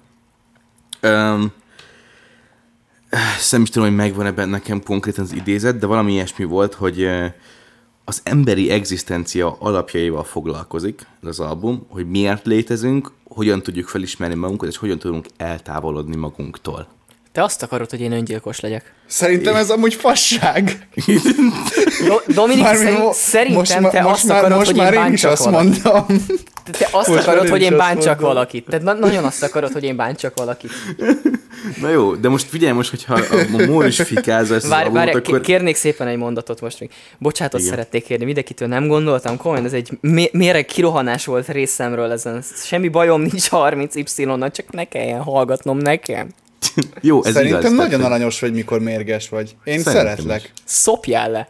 Nem is tudom, hogy megvan ebben nekem konkrétan az idézet, de valami ilyesmi volt, hogy az emberi egzisztencia alapjaival foglalkozik az album, hogy miért létezünk, hogyan tudjuk felismerni magunkat, és hogyan tudunk eltávolodni magunktól. Te azt akarod, hogy én öngyilkos legyek? Szerintem ez amúgy fasság. Do- Dominik, szerint, mo- szerintem most te ma, azt akarod, most hogy én bántsak valakit. Te, te azt most akarod, hogy én bántsak valakit. Te na- nagyon azt akarod, hogy én bántsak valakit. Na jó, de most figyelj most, hogyha a Móris fikázza ezt várj, az albumot, várj, akkor... Kérnék szépen egy mondatot most még. Bocsátot igen. Szeretnék kérni, mindenkitől nem gondoltam. Komolyan, ez egy mé- méreg kirohanás volt részemről ezen. Semmi bajom nincs harminc Y-nal, csak ne kelljen hallgatnom nekem. Jó, ez szerintem igaz, nagyon tehát, aranyos vagy, mikor mérges vagy. Én szerintem szeretlek. Is. Szopjál le!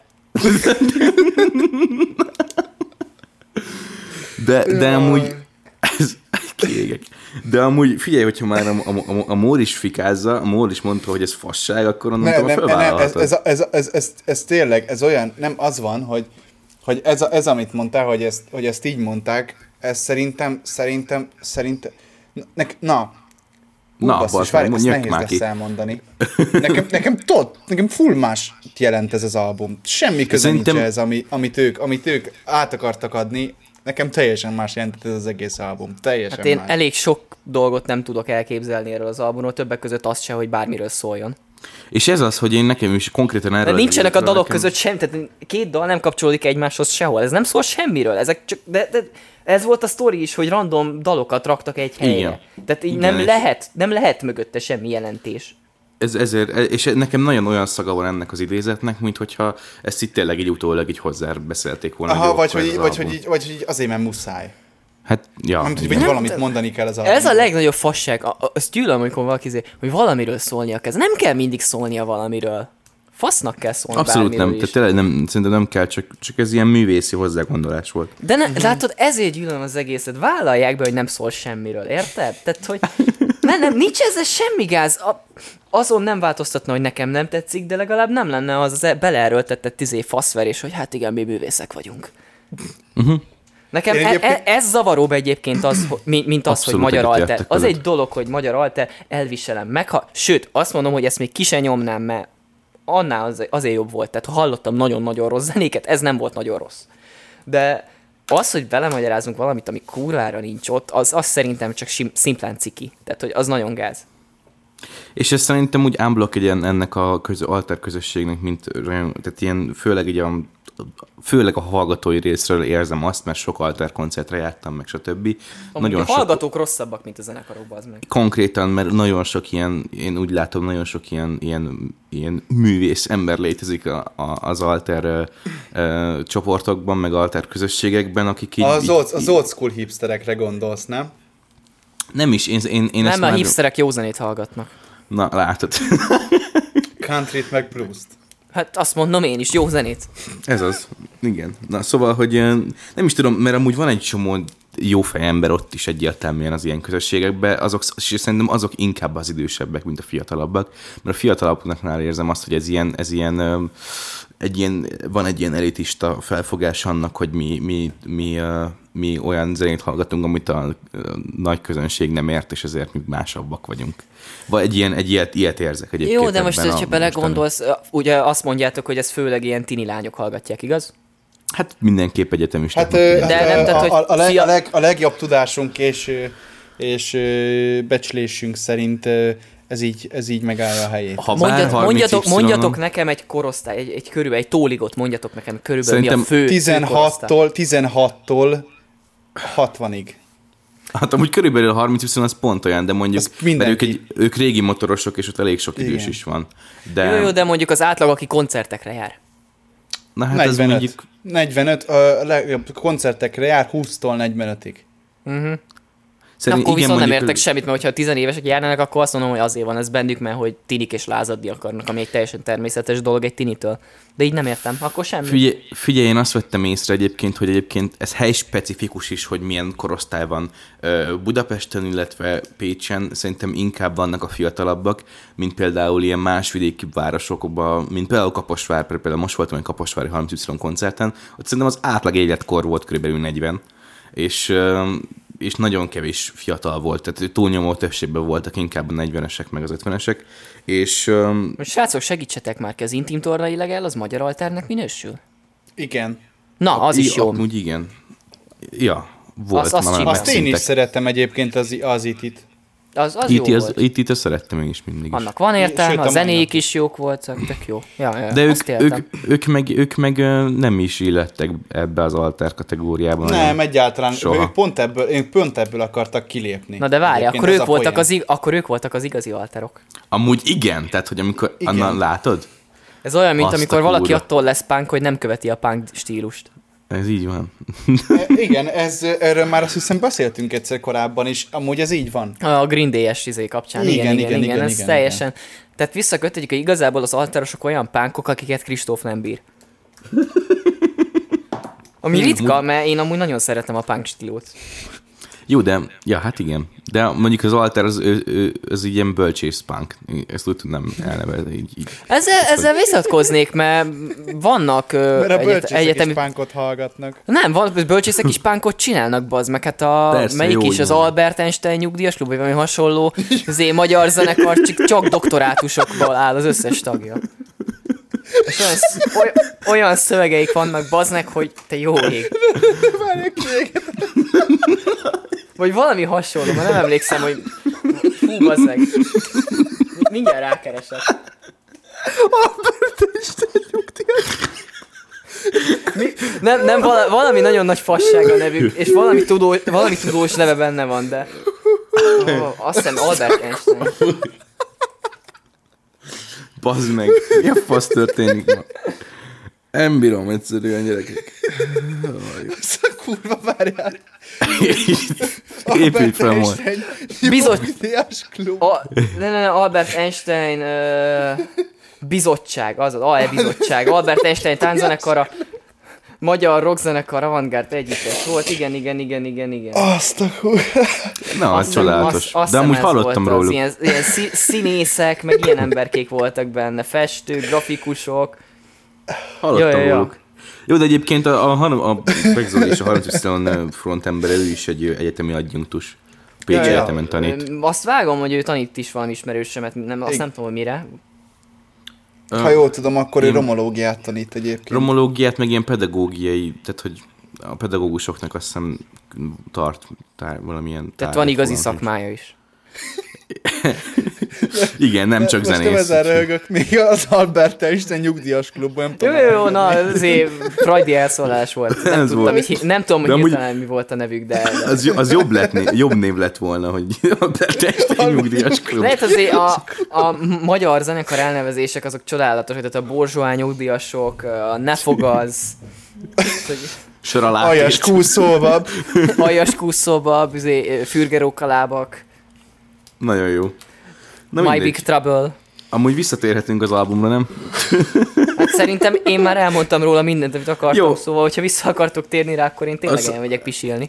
De, de amúgy... Ez, kiégek. De amúgy figyelj, hogyha már a, a, a, a Móris fikázza, a Móris mondta, hogy ez fasság, akkor onnantól ne, fölvállalhatod. Ez, ez, ez, ez, ez, ez tényleg, ez olyan, nem az van, hogy, hogy ez, ez, amit mondtál, hogy ezt, hogy ezt így mondták, ez szerintem, szerintem, szerintem, ne, na, Na, basszus, várj, ezt nehéz lesz ki. elmondani. Nekem, nekem tudod, nekem full más jelent ez az album. Semmi köze Szerintem... nincs ez, ami, amit, ők, amit ők át akartak adni. Nekem teljesen más jelentett ez az egész album. Teljesen hát én más. elég sok dolgot nem tudok elképzelni erről az albumról, többek között azt se, hogy bármiről szóljon. És ez az, hogy én nekem is konkrétan erről... De nincsenek a dalok nekem... között sem, tehát két dal nem kapcsolódik egymáshoz sehol. Ez nem szól semmiről. Ezek csak... De, de ez volt a sztori is, hogy random dalokat raktak egy helyre. Igen. Tehát így Igen, nem, lehet, nem lehet mögötte semmi jelentés. Ez, ezért, és nekem nagyon olyan szaga van ennek az idézetnek, mint hogyha ezt itt tényleg így utólag így hozzá beszélték volna. Aha, vagy hogy, vagy, hogy így, vagy hogy így azért, mert muszáj. Hát, ja. Nem tudjuk, hogy valamit mondani kell az albumról. Ez a legnagyobb fasság. Azt gyűlöm, amikor valaki zé, hogy valamiről szólnia kell. Nem kell mindig szólnia valamiről. Fasznak kell szólni Abszolút nem, tehát tényleg nem, szerintem nem kell, csak, csak ez ilyen művészi hozzátgondolás volt. De ne, látod, ezért gyűlöm az egészet. Vállalják be, hogy nem szól semmiről, érted? Tehát, hogy nem, nem, nincs ezzel semmi gáz. A, azon nem változtatna, hogy nekem nem tetszik, de legalább nem lenne az, az beleerőltetett izé faszverés, hogy hát igen, mi művészek vagyunk. Uh-huh. Nekem e, e, ez zavaróbb egyébként az, mint az, Abszolút hogy magyar alter. Az egy dolog, hogy magyar alter, elviselem meg. Ha, sőt, azt mondom, hogy ezt még ki se nyomnám, mert annál az, azért jobb volt. Tehát hallottam nagyon-nagyon rossz zenéket, ez nem volt nagyon rossz. De az, hogy belemagyarázunk valamit, ami kurvára nincs ott, az, az szerintem csak sim, szimplán ciki. Tehát, hogy az nagyon gáz. És ez szerintem úgy unblock egy ennek a köz, alter közösségnek, mint tehát ilyen főleg így a főleg a hallgatói részről érzem azt, mert sok alter koncertre jártam, meg stb. Nagyon a hallgatók sok... rosszabbak, mint a zenekarokban, az meg. Konkrétan, mert nagyon sok ilyen, én úgy látom, nagyon sok ilyen, ilyen, ilyen művész ember létezik a, a, az alter ö, ö, csoportokban, meg alter közösségekben, akik így... Az old, az old school hipsterekre gondolsz, nem? Nem is, én, én, én Nem, ezt a már... hipsterek jó zenét hallgatnak. Na, látod. Countryt meg blues-t. Hát azt mondom én is, jó zenét. Ez az, igen. Na szóval, hogy nem is tudom, mert amúgy van egy csomó jó fejember ott is egyértelműen az ilyen közösségekben, azok, és szerintem azok inkább az idősebbek, mint a fiatalabbak, mert a fiatalabbaknál érzem azt, hogy ez ilyen, ez ilyen, egy ilyen, van egy ilyen elitista felfogás annak, hogy mi, mi, mi, mi olyan zenét hallgatunk, amit a nagy közönség nem ért, és ezért mi másabbak vagyunk. Vagy egy ilyen, egy ilyet, ilyet érzek egyébként. Jó, de most, hogyha belegondolsz, ugye azt mondjátok, hogy ez főleg ilyen tini lányok hallgatják, igaz? Hát mindenképp egyetemista. Hát, de nem, tehát, hogy a, a, leg, a, leg, a legjobb tudásunk és, és becslésünk szerint ez így, ez így megállja a helyét. Ha Mondjat, mondjatok, mondjatok nekem egy korosztály, egy, egy körülbelül, egy tóligot mondjatok nekem körülbelül Szerintem mi a fő, tizenhattól, tizenhattól hatvanig. Hát amúgy körülbelül harminc-húsz az pont olyan, de mondjuk, mert ők, egy, ők régi motorosok, és ott elég sok idős Igen. is van. De... Jó, jó, de mondjuk az átlag, aki koncertekre jár. Na hát negyvenöt, ez mondjuk... negyvenöt, a legjobb koncertekre jár húsztól negyvenötig. Uh-huh. Szerint, akkor igen, viszont nem értek semmit, mert hogyha tizenévesek járnának, akkor azt mondom, hogy azért van ez bennük, mert hogy tinik és lázadni akarnak, ami egy teljesen természetes dolog egy tinitől. De így nem értem, akkor semmi. Figyelj, figyelj, én azt vettem észre egyébként, hogy egyébként ez helyspecifikus is, hogy milyen korosztály van Budapesten, illetve Pécsen. Szerintem inkább vannak a fiatalabbak, mint például ilyen más vidéki városokban, mint például Kaposvár, például most voltam egy kaposvári harminc koncerten, ott szerintem az átlag életkor volt körülbelül negyven. És... és nagyon kevés fiatal volt, tehát túlnyomó többségben voltak inkább a negyvenesek, meg az ötvenesek, és... Um, Most srácok, segítsetek már ki, az Intim Torna Illegál az magyar alternek minősül? Igen. Na, az a, is jó. Amúgy igen. Ja, volt. Azt, azt, azt én is szerettem egyébként az, az it-it. Az, az jó az, volt. Itt azt szerettem én is mindig is. Annak van értelme, Sőt, a zenék is jók voltak, tök jó. Ja, ja, de ők, ők, ők, meg, ők meg nem is illettek ebbe az alter kategóriában. Nem, egyáltalán. Ők pont ebből, ők pont ebből akartak kilépni. Na de várj, akkor ők, voltak az, akkor ők voltak az igazi alterok. Amúgy igen, tehát hogy amikor annan látod? Ez olyan, mint Azt amikor valaki attól lesz punk, hogy nem követi a punk stílust. Ez így van. e, igen, ez, erről már azt hiszem beszéltünk egyszer korábban is, amúgy ez így van. A Green Day-es izé kapcsán. Igen, igen, igen, igen, igen, ez igen, teljesen. Igen. Tehát visszakötjük, hogy igazából az alterosok olyan pánkok, akiket Kristóf nem bír. Ami ritka, mert én amúgy nagyon szeretem a punk stílót. Jó, de, ja, hát igen. De mondjuk az Alter az, az, az ilyen bölcsészpunk. Ezt úgy tudnám elnevezni. Így, így. Ezzel, ezzel visszatkoznék, mert vannak mert a egyet, egyetemi... is punkot hallgatnak. Nem, van, bölcsészek is punkot csinálnak, bazd meg. Hát a, Persze, melyik is az Albert Einstein nyugdíjas klub, vagy valami hasonló zé magyar zenekar, csak, csak doktorátusokból áll az összes tagja. És olyan, olyan, olyan szövegeik vannak, bazd meg, hogy te jó ég. Vagy valami hasonló, mert nem emlékszem, hogy fú, bazd meg. Mindjárt rákeresek. Albert Einstein nyugdíjas. Nem, nem vala, valami nagyon nagy fasság a nevük, és valami, tudó, valami tudós neve benne van, de oh, azt hiszem Albert Einstein. Bazd meg, mi a fasz történik ma? Nem bírom egyszerűen, gyerekek. Ez a kurva, várjál. Épülj fel majd. Nyugdíjas klub. Ne, ne, ne, Albert Einstein uh, bizottság, azaz, á e bizottság. Albert Einstein tánczenekara, magyar rockzenekar, avantgárd együttes volt. Igen, igen, igen, igen, igen. Azt a kurva. Na, az csodálatos. Azt, De amúgy hallottam róluk. Ilyen, ilyen színészek, meg ilyen emberkék voltak benne. Festők, grafikusok. Hallottam ja, ja, róluk. Ja. Jó, de egyébként a, a, a Begzoli és a harmincöt frontember, ő is egy egyetemi adjunktus. Pécsi ja, Egyetemen ja. tanít. Azt vágom, hogy ő tanít is van ismerősemet, nem, azt nem tudom, hogy mire. Ha jól tudom, akkor ő romológiát tanít egyébként. Romológiát, meg ilyen pedagógiai, tehát hogy a pedagógusoknak azt hiszem tart tár, valamilyen... Tehát van igazi szakmája is. Igen, nem csak zenész. Most nem ezen röhögök, még az Albert Einstein nyugdíjas klubban, nem tudom. Jó, jó, na, azért freudi elszólás volt. Nem Ez tudom, volt. Hogy, nem tudom, hogy hirtelen amúgy... mi volt a nevük, de... Az, az jobb, lett, jobb név lett volna, hogy Albert Einstein nyugdíjas klub. Lehet azért a, a magyar zenekar elnevezések azok csodálatos, tehát a Borzsóá nyugdíjasok, a Ne Fogazz, Aljas kúszóbab. Aljas kúszóbab, fürgerókalábak. Nagyon jó. Na My mindegy. Big Trouble. Amúgy visszatérhetünk az albumra, nem? Hát szerintem én már elmondtam róla mindent, amit akartam, jó. Szóval, hogyha vissza akartok térni rá, akkor én tényleg az... elmegyek pisilni.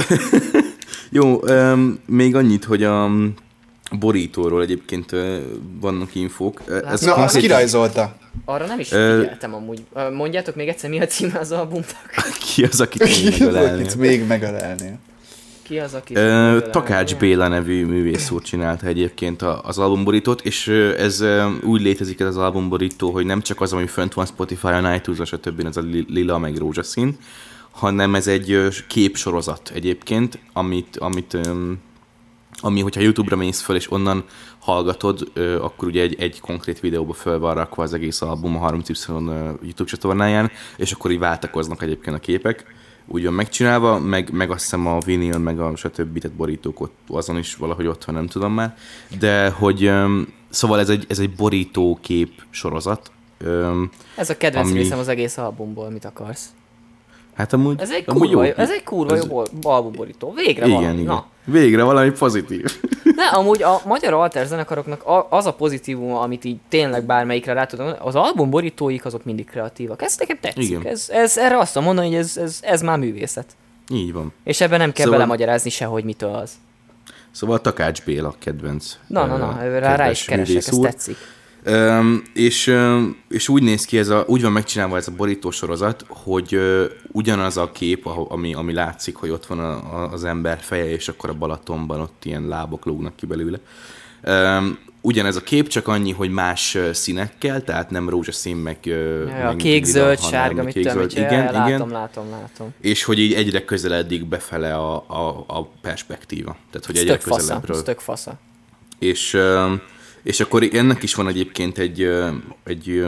Jó, um, még annyit, hogy a borítóról egyébként uh, vannak infók. Ez Na, azt kirajzolta. Arra nem is figyeltem uh, amúgy. Mondjátok még egyszer, mi a címe az albumnak? Ki az, akit még megölelnél? még megölelnél? Ki az, aki... Uh, Takács Béla nevű művész úr csinálta egyébként az albumborítót, és ez úgy létezik ez az albumborító, hogy nem csak az, ami fönt van Spotify-on, iTunes-on, stb. Ez a lila meg rózsaszín, hanem ez egy képsorozat egyébként, amit, amit ami, hogyha YouTube-ra mész föl, és onnan hallgatod, akkor ugye egy, egy konkrét videóba föl van rakva az egész album a harminc Y YouTube csatornáján, és akkor így váltakoznak egyébként a képek. Úgy van megcsinálva, meg, meg azt hiszem a vinyl, meg a stb. Tehát borítók ott, azon is valahogy ott van, nem tudom már. De hogy, um, szóval ez egy, ez egy borítókép sorozat. Um, ez a kedvenc ami... részem az egész albumból, mit akarsz? Hát amúgy, ez egy amúgy kurva, jó. Ez egy kurva ez... jó albumborító. Végre igen, valami. Igen. Na. Végre valami pozitív. Ne, amúgy a magyar alter zenekaroknak az a pozitívum, amit így tényleg bármelyikre rá tudom, az albumborítóik azok mindig kreatívak. Ez nekem tetszik. Ez, ez, erre azt mondani, hogy ez, ez, ez már művészet. Így van. És ebben nem kell szóval... belemagyarázni sehogy mitől az. Szóval Takács Béla kedvenc. Na, na, na, rá, rá is keresek, ez tetszik. Um, és, um, és úgy néz ki, ez a, úgy van megcsinálva ez a borítósorozat, hogy uh, ugyanaz a kép, ami, ami látszik, hogy ott van a, a, az ember feje, és akkor a Balatonban ott ilyen lábok lógnak ki belőle. Um, ugyanez a kép, csak annyi, hogy más színekkel, tehát nem rózsaszín, meg... Ja, meg kék, zöld, sárga, mit tudom, igen, látom, igen. látom, látom. És hogy így egyre közeledik befele a, a, a perspektíva. Tehát, hogy egyre közelebbről. Ez tök fasza. És... Um, És akkor ennek is van egyébként egy, egy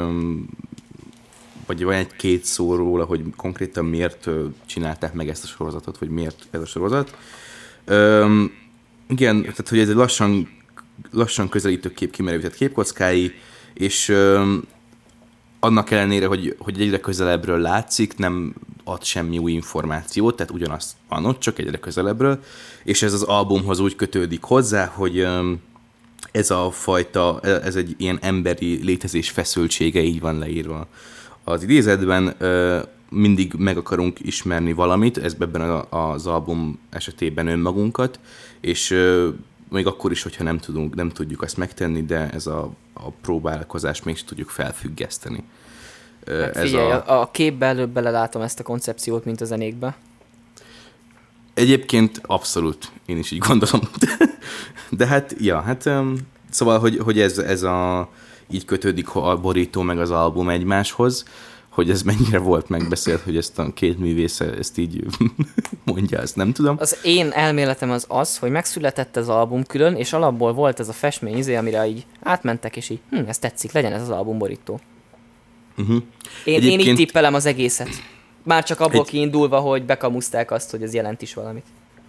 vagy van egy két szó róla, hogy konkrétan miért csinálták meg ezt a sorozatot, vagy miért ez a sorozat. Üm, igen, tehát hogy ez egy lassan, lassan közelítő kép kimerevített képkockái, és üm, annak ellenére, hogy, hogy egyre közelebbről látszik, nem ad semmi új információt, tehát ugyanazt van ott, csak egyre közelebbről, és ez az albumhoz úgy kötődik hozzá, hogy üm, ez a fajta, ez egy ilyen emberi létezés feszültsége, így van leírva az idézetben, mindig meg akarunk ismerni valamit, ez ebben az album esetében önmagunkat, és még akkor is, hogyha nem, tudunk, nem tudjuk ezt megtenni, de ez a, a próbálkozást mégis tudjuk felfüggeszteni. Hát figyelj, ez a... a képbe előbb belelátom ezt a koncepciót, mint a zenékbe. Egyébként abszolút, én is így gondolom. De hát, ja, hát szóval, hogy, hogy ez, ez a, így kötődik a borító meg az album egymáshoz, hogy ez mennyire volt megbeszélt, hogy ezt a két művész ezt így mondja, ezt nem tudom. Az én elméletem az az, hogy megszületett az album külön, és alapból volt ez a festmény izé, amire így átmentek, és így, hm, ez tetszik, legyen ez az album borító. Uh-huh. Én, Egyébként... én így tippelem az egészet. Már csak abból Egy... kiindulva, hogy bekamuszták azt, hogy ez jelent is valamit.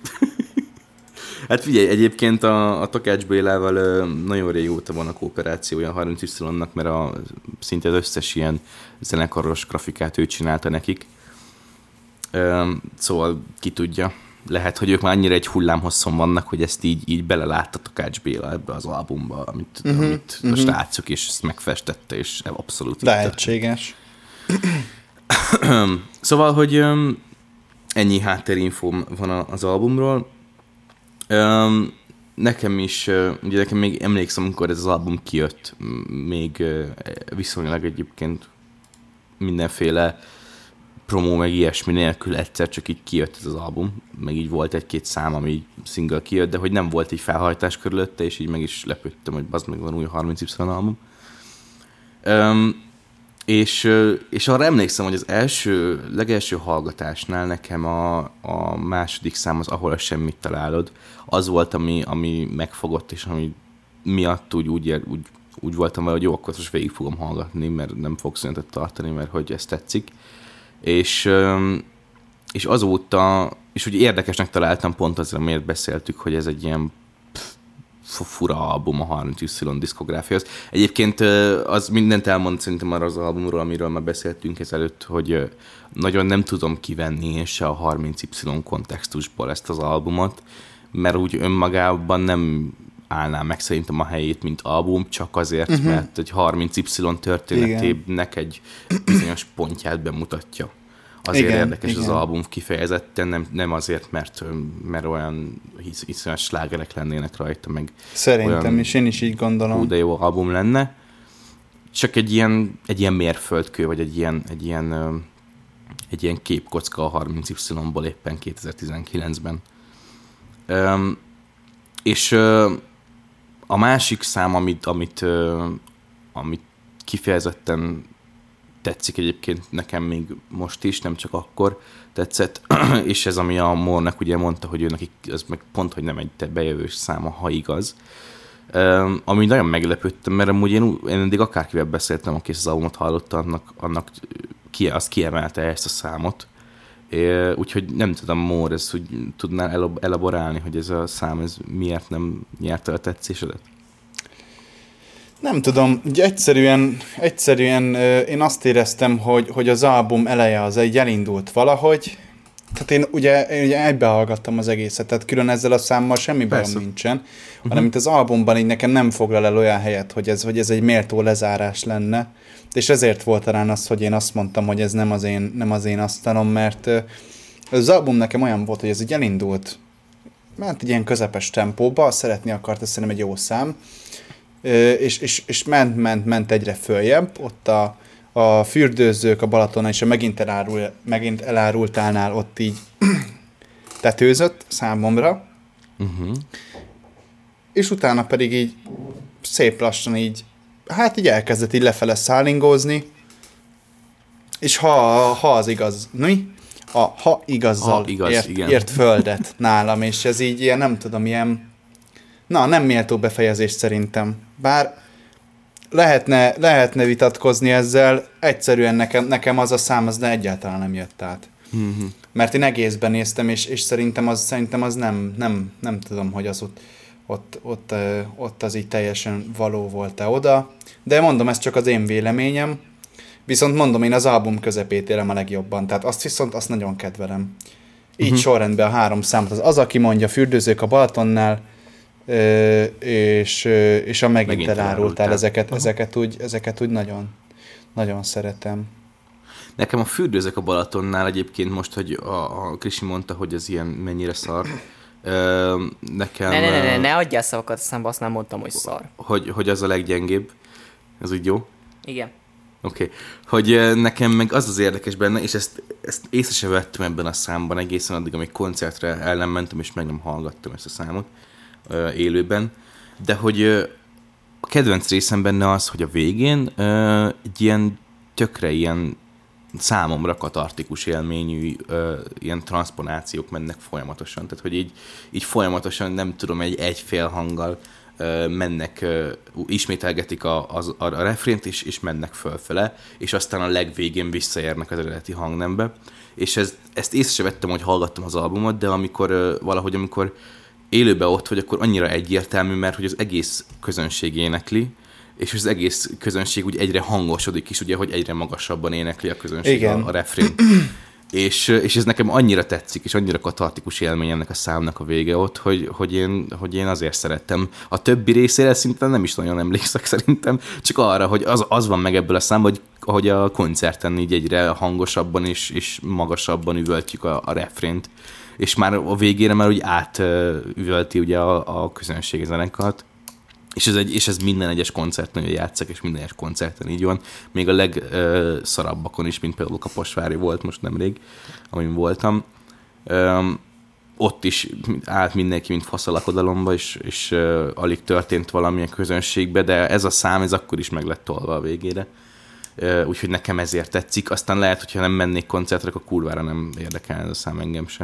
Hát figyelj, egyébként a, a Takács Bélával ö, nagyon régóta van a kooperációja a harminc Y-nak, mert a, szinte az összes ilyen zenekaros grafikát ő csinálta nekik. Ö, szóval ki tudja. Lehet, hogy ők már annyira egy hullámhosszon vannak, hogy ezt így, így belelátta Takács Béla ebbe az albumba, amit, uh-huh, amit uh-huh. most látszuk, és ezt megfestette, és abszolút... Lehetséges. Szóval, hogy um, ennyi háttérinfóm van az albumról. Um, nekem is, uh, ugye nekem még emlékszem, amikor ez az album kijött, még uh, viszonylag egyébként mindenféle promó meg ilyesmi nélkül egyszer csak így kijött ez az album, meg így volt egy-két szám, ami így single kijött, de hogy nem volt így felhajtás körülötte, és így meg is lepődtem, hogy bazd meg van új harminc Y album. Um, és, és arra emlékszem, hogy az első, legelső hallgatásnál nekem a, a második szám az Ahol a semmit találod, az volt, ami, ami megfogott, és ami miatt úgy, úgy, úgy, úgy voltam vele, hogy jó, akkor most végig fogom hallgatni, mert nem fog szünetet tartani, mert hogy ez tetszik. És, és azóta, és úgy érdekesnek találtam pont azért, miért beszéltük, hogy ez egy ilyen pff, fura album a harminc Y diszkográfiához. Egyébként az mindent elmond szerintem arra az albumról, amiről már beszéltünk ezelőtt, hogy nagyon nem tudom kivenni én se a harminc Y kontextusból ezt az albumot, mert úgy önmagában nem állná meg szerintem a helyét, mint album, csak azért, uh-huh. mert egy harminc Y történetének egy bizonyos pontját bemutatja. Azért igen, érdekes igen. az album kifejezetten, nem, nem azért, mert, mert olyan hisz, iszonyat slágerek lennének rajta, meg szerintem is, én is így gondolom. Hú, de jó album lenne. Csak egy ilyen, egy ilyen mérföldkő, vagy egy ilyen, egy ilyen, egy ilyen képkocka a harminc Y-ból éppen kétezer-tizenkilencben. Um, és uh, a másik szám, amit, amit, uh, amit kifejezetten tetszik egyébként nekem még most is, nem csak akkor tetszett, és ez, ami a Moore-nak ugye mondta, hogy ő nekik, az meg pont, hogy nem egy bejövős száma, ha igaz. Um, ami nagyon meglepődtem, mert amúgy én, én eddig akárkivel beszéltem, aki az albumot hallotta, annak, annak ki, azt kiemelte ezt a számot. É, úgyhogy nem tudom, Moore, ezt úgy tudnál elaborálni, hogy ez a szám ez miért nem nyerte a tetszésedet? Nem tudom, ugye egyszerűen, egyszerűen én azt éreztem, hogy, hogy az album eleje az egy elindult valahogy, tehát én ugye, én ugye egybehallgattam az egészet, tehát külön ezzel a számmal semmi bajom nincsen, uh-huh. hanem itt az albumban így nekem nem foglal el olyan helyet, hogy ez, hogy ez egy méltó lezárás lenne, és ezért volt talán az, hogy én azt mondtam, hogy ez nem az én, nem az én asztalom, mert az album nekem olyan volt, hogy ez így elindult, mert egy ilyen közepes tempóba, szeretni akart, ez szerintem egy jó szám, és, és, és ment, ment, ment egyre följebb, ott a, a fürdőzők a Balatonon, és a megint, elárul, megint elárultálnál ott így tetőzött számomra, uh-huh. és utána pedig így szép lassan így, hát így elkezdett így lefele szállingózni, és ha, ha az igaz, mi? A ha igazzal ha igaz, ért, ért földet nálam, és ez így ilyen, nem tudom, ilyen, na, nem méltó befejezés szerintem. Bár lehetne, lehetne vitatkozni ezzel, egyszerűen nekem, nekem az a szám, az egyáltalán nem jött át. Mm-hmm. Mert én egészben néztem, és, és szerintem az, szerintem az nem, nem, nem tudom, hogy az ott, ott, ott, ott az így teljesen való volt-e oda. De mondom, ez csak az én véleményem. Viszont mondom, én az album közepét érem a legjobban. Tehát azt viszont azt nagyon kedvelem. Így mm-hmm. sorrendben a három számot. Az az, aki mondja, fürdőzők a Balatonnál, Ö, és, és a megint, megint elárultál, ezeket, ezeket, úgy, ezeket úgy nagyon, nagyon szeretem. Nekem a fürdőzök a Balatonnál egyébként most, hogy a, a Krisi mondta, hogy ez ilyen mennyire szar. Ö, nekem... Ne, ne, ne, ne, ne adjál szavakat, aztán azt nem mondtam, hogy szar. Hogy, hogy az a leggyengébb. Ez úgy jó? Igen. Oké. Okay. Hogy nekem meg az az érdekes benne, és ezt, ezt észre sem vettem ebben a számban egészen addig, amíg koncertre el nem mentem, és meg nem hallgattam ezt a számot ö, élőben. De hogy ö, a kedvenc részem benne az, hogy a végén ö, egy ilyen tökre ilyen számomra katartikus élményű ö, ilyen transponációk mennek folyamatosan. Tehát, hogy így, így folyamatosan, nem tudom, egy egyfél hanggal ö, mennek, ö, ismételgetik a, a, a, a refrént, és, és mennek fölfele, és aztán a legvégén visszaérnek az eredeti hangnembe. És ez, ezt észre sem vettem, hogy hallgattam az albumot, de amikor ö, valahogy, amikor élőben ott vagy, akkor annyira egyértelmű, mert hogy az egész közönség énekli, és az egész közönség úgy egyre hangosodik is, ugye, hogy egyre magasabban énekli a közönség a, a refrén. és, és ez nekem annyira tetszik, és annyira katartikus élmény ennek a számnak a vége ott, hogy, hogy, én, hogy én azért szerettem. A többi részére szinte nem is nagyon emlékszek szerintem, csak arra, hogy az, az van meg ebből a számban, hogy ahogy a koncerten így egyre hangosabban és, és magasabban üvöltjük a, a refrént, és már a végére már úgy átüvölti ugye a, a közönség zenekart. És ez, egy, és ez minden egyes koncerten játszak, és minden egyes koncerten így van. Még a legszarabbakon is, mint például Kaposvári volt most nemrég, amin voltam. Öm, ott is állt mindenki, mint fasz a lakodalomba, és, és uh, alig történt valamilyen közönségbe, de ez a szám, ez akkor is meg lett tolva a végére. Uh, úgyhogy nekem ezért tetszik. Aztán lehet, hogyha nem mennék koncertre, akkor kurvára nem érdekel ez a szám engem se.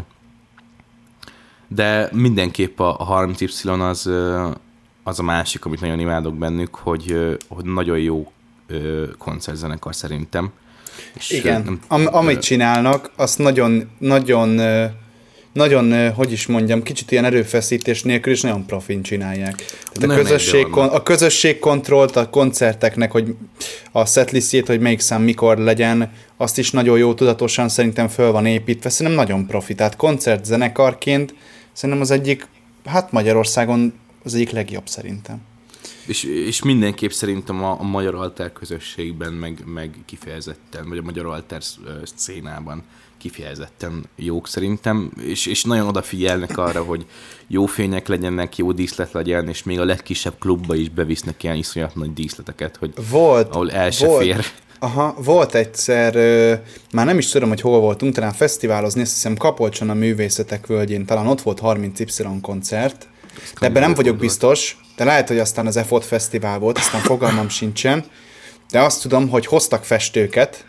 De mindenképp a, a harminc Y az... Uh, az a másik, amit nagyon imádok bennük, hogy, hogy nagyon jó koncertzenekar szerintem. És igen, nem, Am, amit csinálnak, azt nagyon, nagyon, nagyon, hogy is mondjam, kicsit ilyen erőfeszítés nélkül is nagyon profin csinálják. Tehát a, közösség, a közösségkontrollt a koncerteknek, hogy a setlistjét, hogy melyik szám mikor legyen, azt is nagyon jó tudatosan szerintem föl van építve. Szerintem nagyon profi. Tehát koncertzenekarként szerintem az egyik, hát Magyarországon az egyik legjobb szerintem. És, és mindenképp szerintem a, a magyar alter közösségben, meg, meg kifejezetten, vagy a magyar alter szcénában kifejezetten jók szerintem, és, és nagyon odafigyelnek arra, hogy jó fények legyenek, jó díszlet legyen, és még a legkisebb klubba is bevisznek ilyen iszonyat nagy díszleteket, hogy volt, ahol el se volt, fér. Aha, volt egyszer, már nem is tudom, hogy hol voltunk, talán fesztiválozni, azt hiszem Kapolcson a Művészetek Völgyén, talán ott volt harminc Y koncert, de ebben nem vagyok biztos, de lehet, hogy aztán az e fot Fesztivál volt, aztán fogalmam sincsen, de azt tudom, hogy hoztak festőket,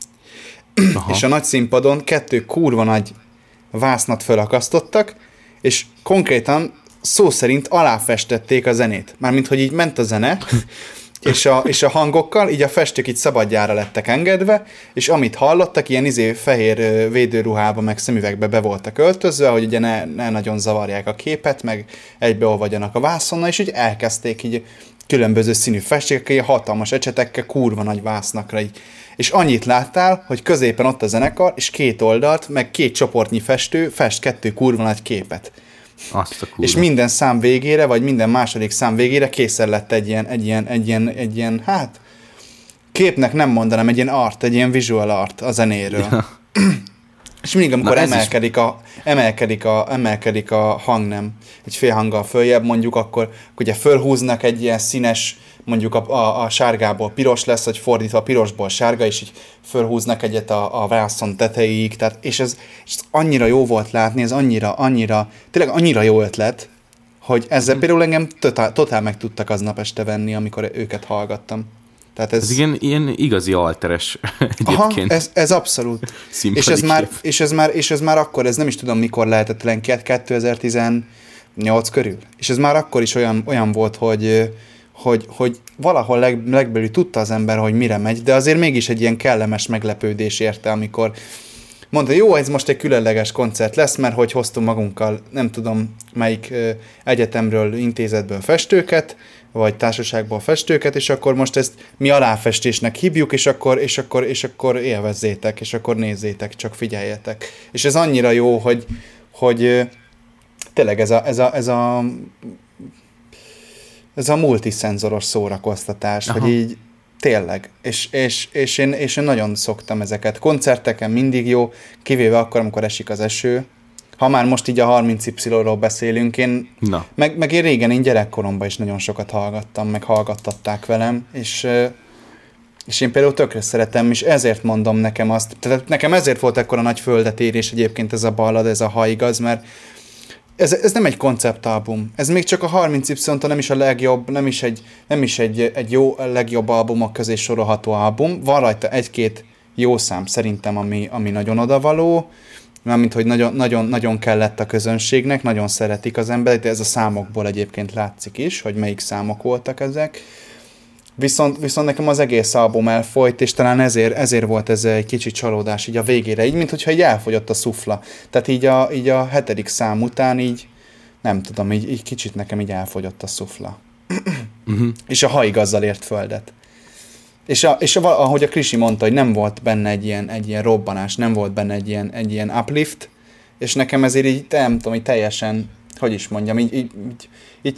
aha, és a nagy színpadon kettő kurva nagy vásznat fölakasztottak, és konkrétan szó szerint aláfestették a zenét. Mármint, hogy így ment a zene, és a, és a hangokkal, így a festők így szabadjára lettek engedve, és amit hallottak, ilyen izé fehér védőruhába, meg szemüvegbe be voltak öltözve, hogy ugye ne, ne nagyon zavarják a képet, meg egybeolvadjanak a vászonnal, és így elkezdték így különböző színű festékekkel, ilyen hatalmas ecsetekkel, kurva nagy vásznakra így. És annyit láttál, hogy középen ott a zenekar, és két oldalt, meg két csoportnyi festő fest kettő kurva nagy képet. Azt a és minden szám végére, vagy minden második szám végére készen lett egy ilyen, egy ilyen, egy ilyen, egy ilyen, hát képnek nem mondanám, egy ilyen art, egy ilyen visual art a zenéről. Ja. És mindig, amikor emelkedik a, emelkedik, a, emelkedik a hangnem, egy fél hanggal följebb mondjuk, akkor ugye fölhúznak egy ilyen színes, mondjuk a, a, a sárgából piros lesz, vagy fordítva a pirosból sárga, és így fölhúznak egyet a, a vászon tetejéig, tehát, és, ez, és ez annyira jó volt látni, ez annyira, annyira, tényleg annyira jó ötlet, hogy ezzel például engem totál, totál meg tudtak aznap este venni, amikor őket hallgattam. Tehát ez, ez igen, ilyen igazi alteres egyébként. Aha, ez, ez abszolút. és ez, már, és, ez már, és ez már akkor, ez nem is tudom mikor lehetett lenni, kétezer-tizennyolc körül. És ez már akkor is olyan, olyan volt, hogy Hogy, hogy valahol leg, legbelül tudta az ember, hogy mire megy, de azért mégis egy ilyen kellemes meglepődés érte, amikor mondta, jó, ez most egy különleges koncert lesz, mert hogy hoztunk magunkkal, nem tudom melyik ö, egyetemről, intézetből festőket, vagy társaságból festőket, és akkor most ezt mi aláfestésnek hívjuk, és akkor, és akkor, és akkor élvezzétek, és akkor nézzétek, csak figyeljetek. És ez annyira jó, hogy, hogy ö, tényleg ez a, ez a, ez a Ez a multiszenzoros szórakoztatás, aha, hogy így Tényleg. És, és, és, én, és én nagyon szoktam ezeket. Koncerteken mindig jó, kivéve akkor, amikor esik az eső. Ha már most így a harminc Y-ról beszélünk, én, Na. meg, meg én régen, én gyerekkoromban is nagyon sokat hallgattam, meg hallgattatták velem, és, és én például tökre szeretem, és ezért mondom nekem azt, tehát nekem ezért volt ekkora nagy földetérés egyébként ez a ballad, ez a Ha igaz, mert ez, ez nem egy konceptalbum. Ez még csak a harminc Y-tól nem is a legjobb, nem is egy, nem is egy, egy jó legjobb albumok közé sorolható album. Van rajta egy-két jó szám szerintem, ami, ami nagyon odavaló, mármint, hogy nagyon, nagyon, nagyon kellett a közönségnek, nagyon szeretik az emberek, de ez a számokból egyébként látszik is, hogy melyik számok voltak ezek. Viszont, viszont nekem az egész album elfolyt, és talán ezért, ezért volt ez egy kicsit csalódás így a végére, így, mint hogyha így elfogyott a szufla. Tehát így a, így a hetedik szám után így, nem tudom, így, így kicsit nekem így elfogyott a szufla. Uh-huh. És a Ha igazzal ért földet. És, a, és a, ahogy a Krisi mondta, hogy nem volt benne egy ilyen, egy ilyen robbanás, nem volt benne egy ilyen, egy ilyen uplift, és nekem ezért így, nem tudom, így teljesen, hogy is mondjam, így, így, így, így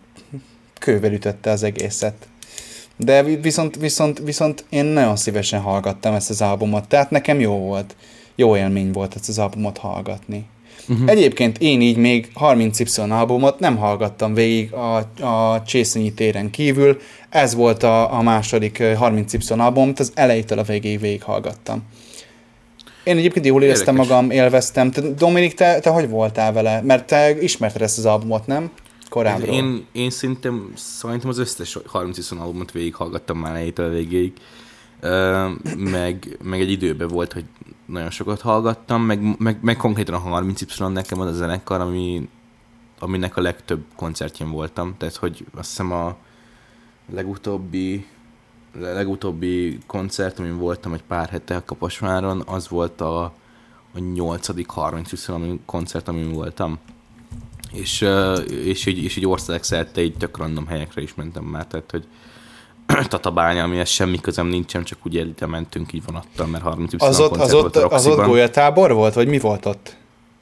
kővel ütötte az egészet. De viszont, viszont, viszont én nagyon szívesen hallgattam ezt az albumot, tehát nekem jó volt, jó élmény volt ezt az albumot hallgatni. Uh-huh. Egyébként én így még harminc Y albumot nem hallgattam végig a, a Csészényi téren kívül, ez volt a, a második harminc Y albumot, az elejétől a végéig végig hallgattam. Én egyébként jól éreztem Érdekes. magam, élveztem. Te, Dominik, te, te hogy voltál vele? Mert te ismerted ezt az albumot, nem? Korábbról. Én, én szerintem, szerintem az összes harminc Y albumot végighallgattam már elejétől a végéig. Uh, meg, meg egy időben volt, hogy nagyon sokat hallgattam, meg, meg, meg konkrétan a harminc Y nekem az a zenekar, ami, aminek a legtöbb koncertjén voltam. Tehát, hogy azt hiszem a legutóbbi, legutóbbi koncert, amin voltam egy pár hete a Kaposváron, az volt a, a nyolcadik harminc Y koncert, amin voltam. És, és, így, és így ország szerte így tök random helyekre is mentem már, tehát, hogy Tatabánya, amihez semmi közem nincsen, csak úgy elite mentünk így vonattal, mert harminc Y az ott, koncert az volt a ott, az ott golyatábor volt, vagy mi volt ott?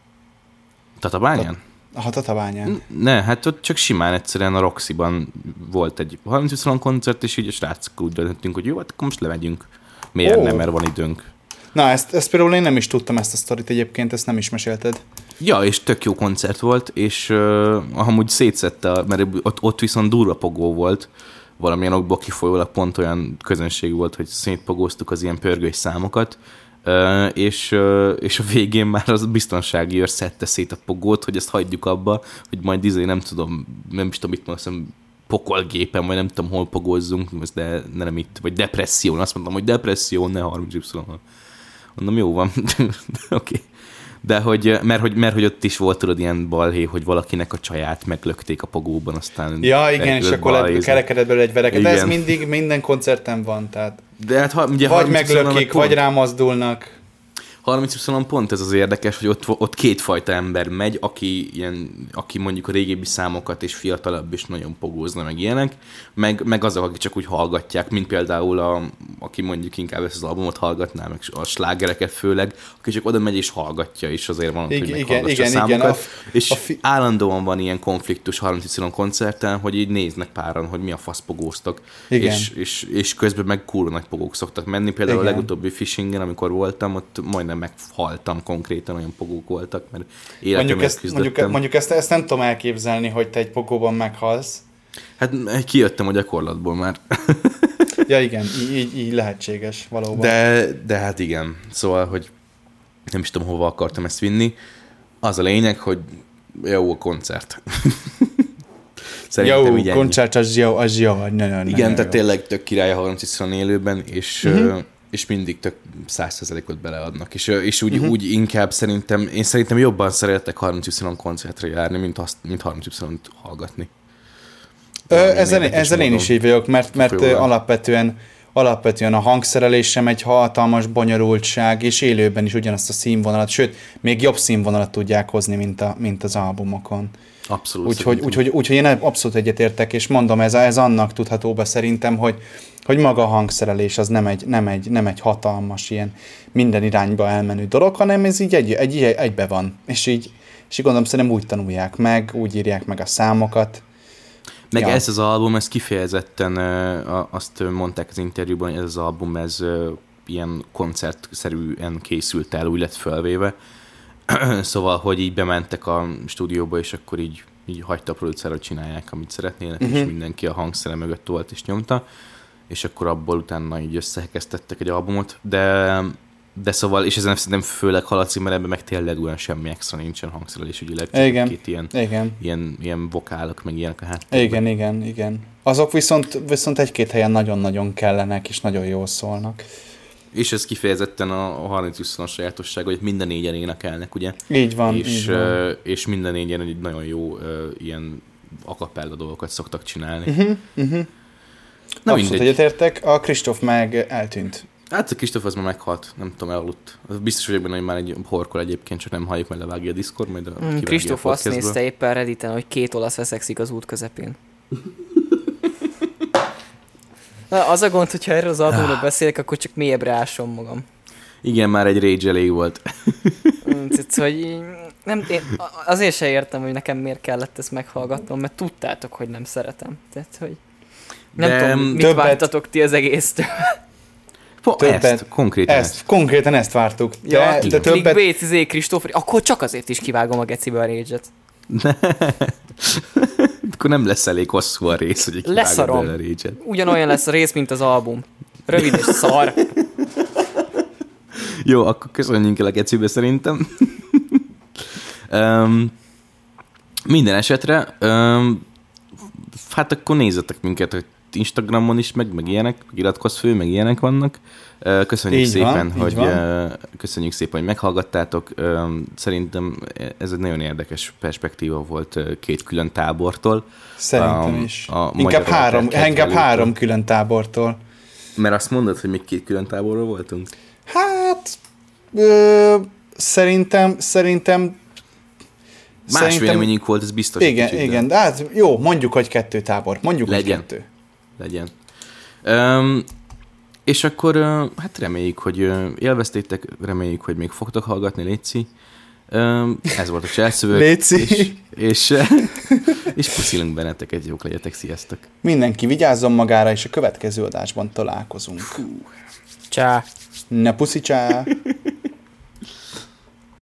Tatabányán? Aha, Tatabányán. Ne, hát ott csak simán egyszerűen a Roxyban volt egy harminc Y koncert, és így a srácok úgy döntöttünk, hogy jó, hát akkor most lemegyünk. Miért oh. nem, mert van időnk. Na, ezt, ezt például én nem is tudtam, ezt a sztorit egyébként, ezt nem is mesélted. Ja, és tök jó koncert volt, és uh, amúgy szétszette, mert ott, ott viszont durva pogó volt, valamilyen okból kifolyólag pont olyan közönség volt, hogy szétpogóztuk az ilyen pörgős számokat, uh, és, uh, és a végén már az biztonsági őr szedte szét a pogót, hogy ezt hagyjuk abba, hogy majd izé nem tudom, nem is tudom, mit mondom, pokolgépen, vagy nem tudom, hol pogózzunk, de nem itt, vagy depresszión, azt mondtam, hogy depresszión, ne harminc Y-on. Mondom, jó van, oké. Okay. De hogy, mert hogy, mert hogy ott is volt tudod ilyen balhé, hogy valakinek a csaját meglökték a pogóban, aztán... Ja, igen, és akkor kerekedett belőle egy vereket, de ez mindig minden koncerten van, tehát... De hát, ha, ugye vagy meglökik, vagy rámozdulnak. harminc Y pont ez az érdekes, hogy ott, ott kétfajta ember megy, aki, ilyen, aki mondjuk a régebbi számokat és fiatalabb is nagyon pogózna, meg ilyenek, meg, meg azok, akik csak úgy hallgatják, mint például a, aki mondjuk inkább ezt az albumot hallgatná, meg a slágereket főleg, aki csak oda megy és hallgatja, és azért van, igen, hogy meghallgatja igen, a számokat. Igen, a, és a fi... állandóan van ilyen konfliktus harminc Y koncerten, hogy így néznek páran, hogy mi a fasz pogóztak, és, és, és közben meg kurva nagy pogók szoktak menni. Például igen. A legutóbbi Fishingen, amikor voltam, ott majdnem meghaltam konkrétan, olyan pogók voltak, mert életemért mondjuk küzdöttem. Mondjuk, mondjuk ezt, ezt nem tudom elképzelni, hogy te egy pogóban meghalsz. Hát kijöttem a gyakorlatból már. Ja igen, így, így lehetséges valóban. De, de hát igen, szóval, hogy nem is tudom, hova akartam ezt vinni. Az a lényeg, hogy jó a koncert. Szerintem jó, koncert az jó, az jó. Ne, ne, ne, igen, ne, tehát jó. tényleg tök király a harminc Y élőben, és, uh-huh. és mindig tök száz százalékot beleadnak. És, és úgy, uh-huh. úgy inkább szerintem, én szerintem jobban szeretek harminc Y koncertre járni, mint, azt, mint harminc Y-t hallgatni. Ö, ezen ezen én is így vagyok, mert, mert alapvetően, alapvetően a hangszerelésem egy hatalmas bonyolultság, és élőben is ugyanazt a színvonalat, sőt, még jobb színvonalat tudják hozni, mint, a, mint az albumokon. Abszolút. Úgyhogy úgy, úgy, úgy, én abszolút egyetértek, és mondom, ez, ez annak tudható be szerintem, hogy, hogy maga a hangszerelés az nem egy, nem, egy, nem egy hatalmas ilyen minden irányba elmenő dolog, hanem ez így egy, egy, egy, egybe van. És így, és így gondolom, szerintem úgy tanulják meg, úgy írják meg a számokat. Meg ja. ez az album, ez kifejezetten, azt mondták az interjúban, hogy ez az album, ez ilyen koncertszerűen készült el, úgy lett felvéve. Szóval, hogy így bementek a stúdióba, és akkor így, így hagyta a producer, hogy csinálják, amit szeretnének, uh-huh. és mindenki a hangszere mögött volt és nyomta, és akkor abból utána így összekezdtettek egy albumot, de, de szóval, és ezen szerintem főleg Halaci, mert ebben meg tényleg olyan semmi extra nincsen hangszerelés ügyileg, igen. két ilyen, igen. Ilyen, ilyen vokálok, meg ilyenek a háttérben. Igen, igen, igen. Azok viszont, viszont egy-két helyen nagyon-nagyon kellenek, és nagyon jól szólnak. És ez kifejezetten a harminc-húszas sajátossága, hogy minden négyen énekelnek, ugye? Így van, és, így van. És minden négyen egy nagyon jó uh, ilyen acapella dolgokat szoktak csinálni. Uh-huh, uh-huh. Na, abszolút egyetértek, a Kristóf meg eltűnt. Hát a Kristóf az már meghalt, nem tudom, elaludt. Biztos vagyok benne, hogy már egy horkol egyébként, csak nem halljuk, mert levágja a Discord, majd a mm, Kristóf azt nézte éppen Redditen, hogy két olasz veszekszik az út közepén. Na, az a gond, hogyha erről az albumról beszélek, akkor csak mélyebbre ásom magam. Igen, már egy rage elég volt. Tehát, hogy nem, én azért se értem, hogy nekem miért kellett ezt meghallgatnom, mert tudtátok, hogy nem szeretem. Tehát, hogy nem De tudom, mit többet... vártatok ti az egésztől. Többet, ezt, konkrétan ezt. ezt. Konkrétan ezt vártuk. Ja, de, de többet... Clickbait, izé, Kristóf, akkor csak azért is kivágom a gecibe a rage-et. Akkor nem lesz elég hosszú a rész, hogy kivágod a rage-et. Ugyanolyan lesz a rész, mint az album. Rövid és szar. Jó, akkor köszönjünk el a gecibe szerintem. um, minden esetre um, hát akkor nézzetek minket, hogy Instagramon is, meg, meg ilyenek, meg iratkozz fő, meg ilyenek vannak. Köszönjük így szépen, van, hogy köszönjük szépen, hogy meghallgattátok. Szerintem ez egy nagyon érdekes perspektíva volt két külön tábortól. Szerintem a, is. A inkább három, inkább három külön tábortól. Mert azt mondod, hogy még két külön táborról voltunk? Hát ö, szerintem szerintem más szerintem, véleményünk volt, ez biztos. Igen, kicsit, igen, de hát jó, mondjuk, hogy kettő tábor. Mondjuk, legyen, hogy kettő. Legyen. Um, és akkor uh, hát reméljük, hogy uh, élveztétek, reméljük, hogy még fogtok hallgatni, létszi. Um, ez volt a Cselszövők. Létszi. És, és, és puszilunk benneteket, jók legyetek, sziasztok. Mindenki vigyázzon magára, és a következő adásban találkozunk. Csá. Ne puszi, csá.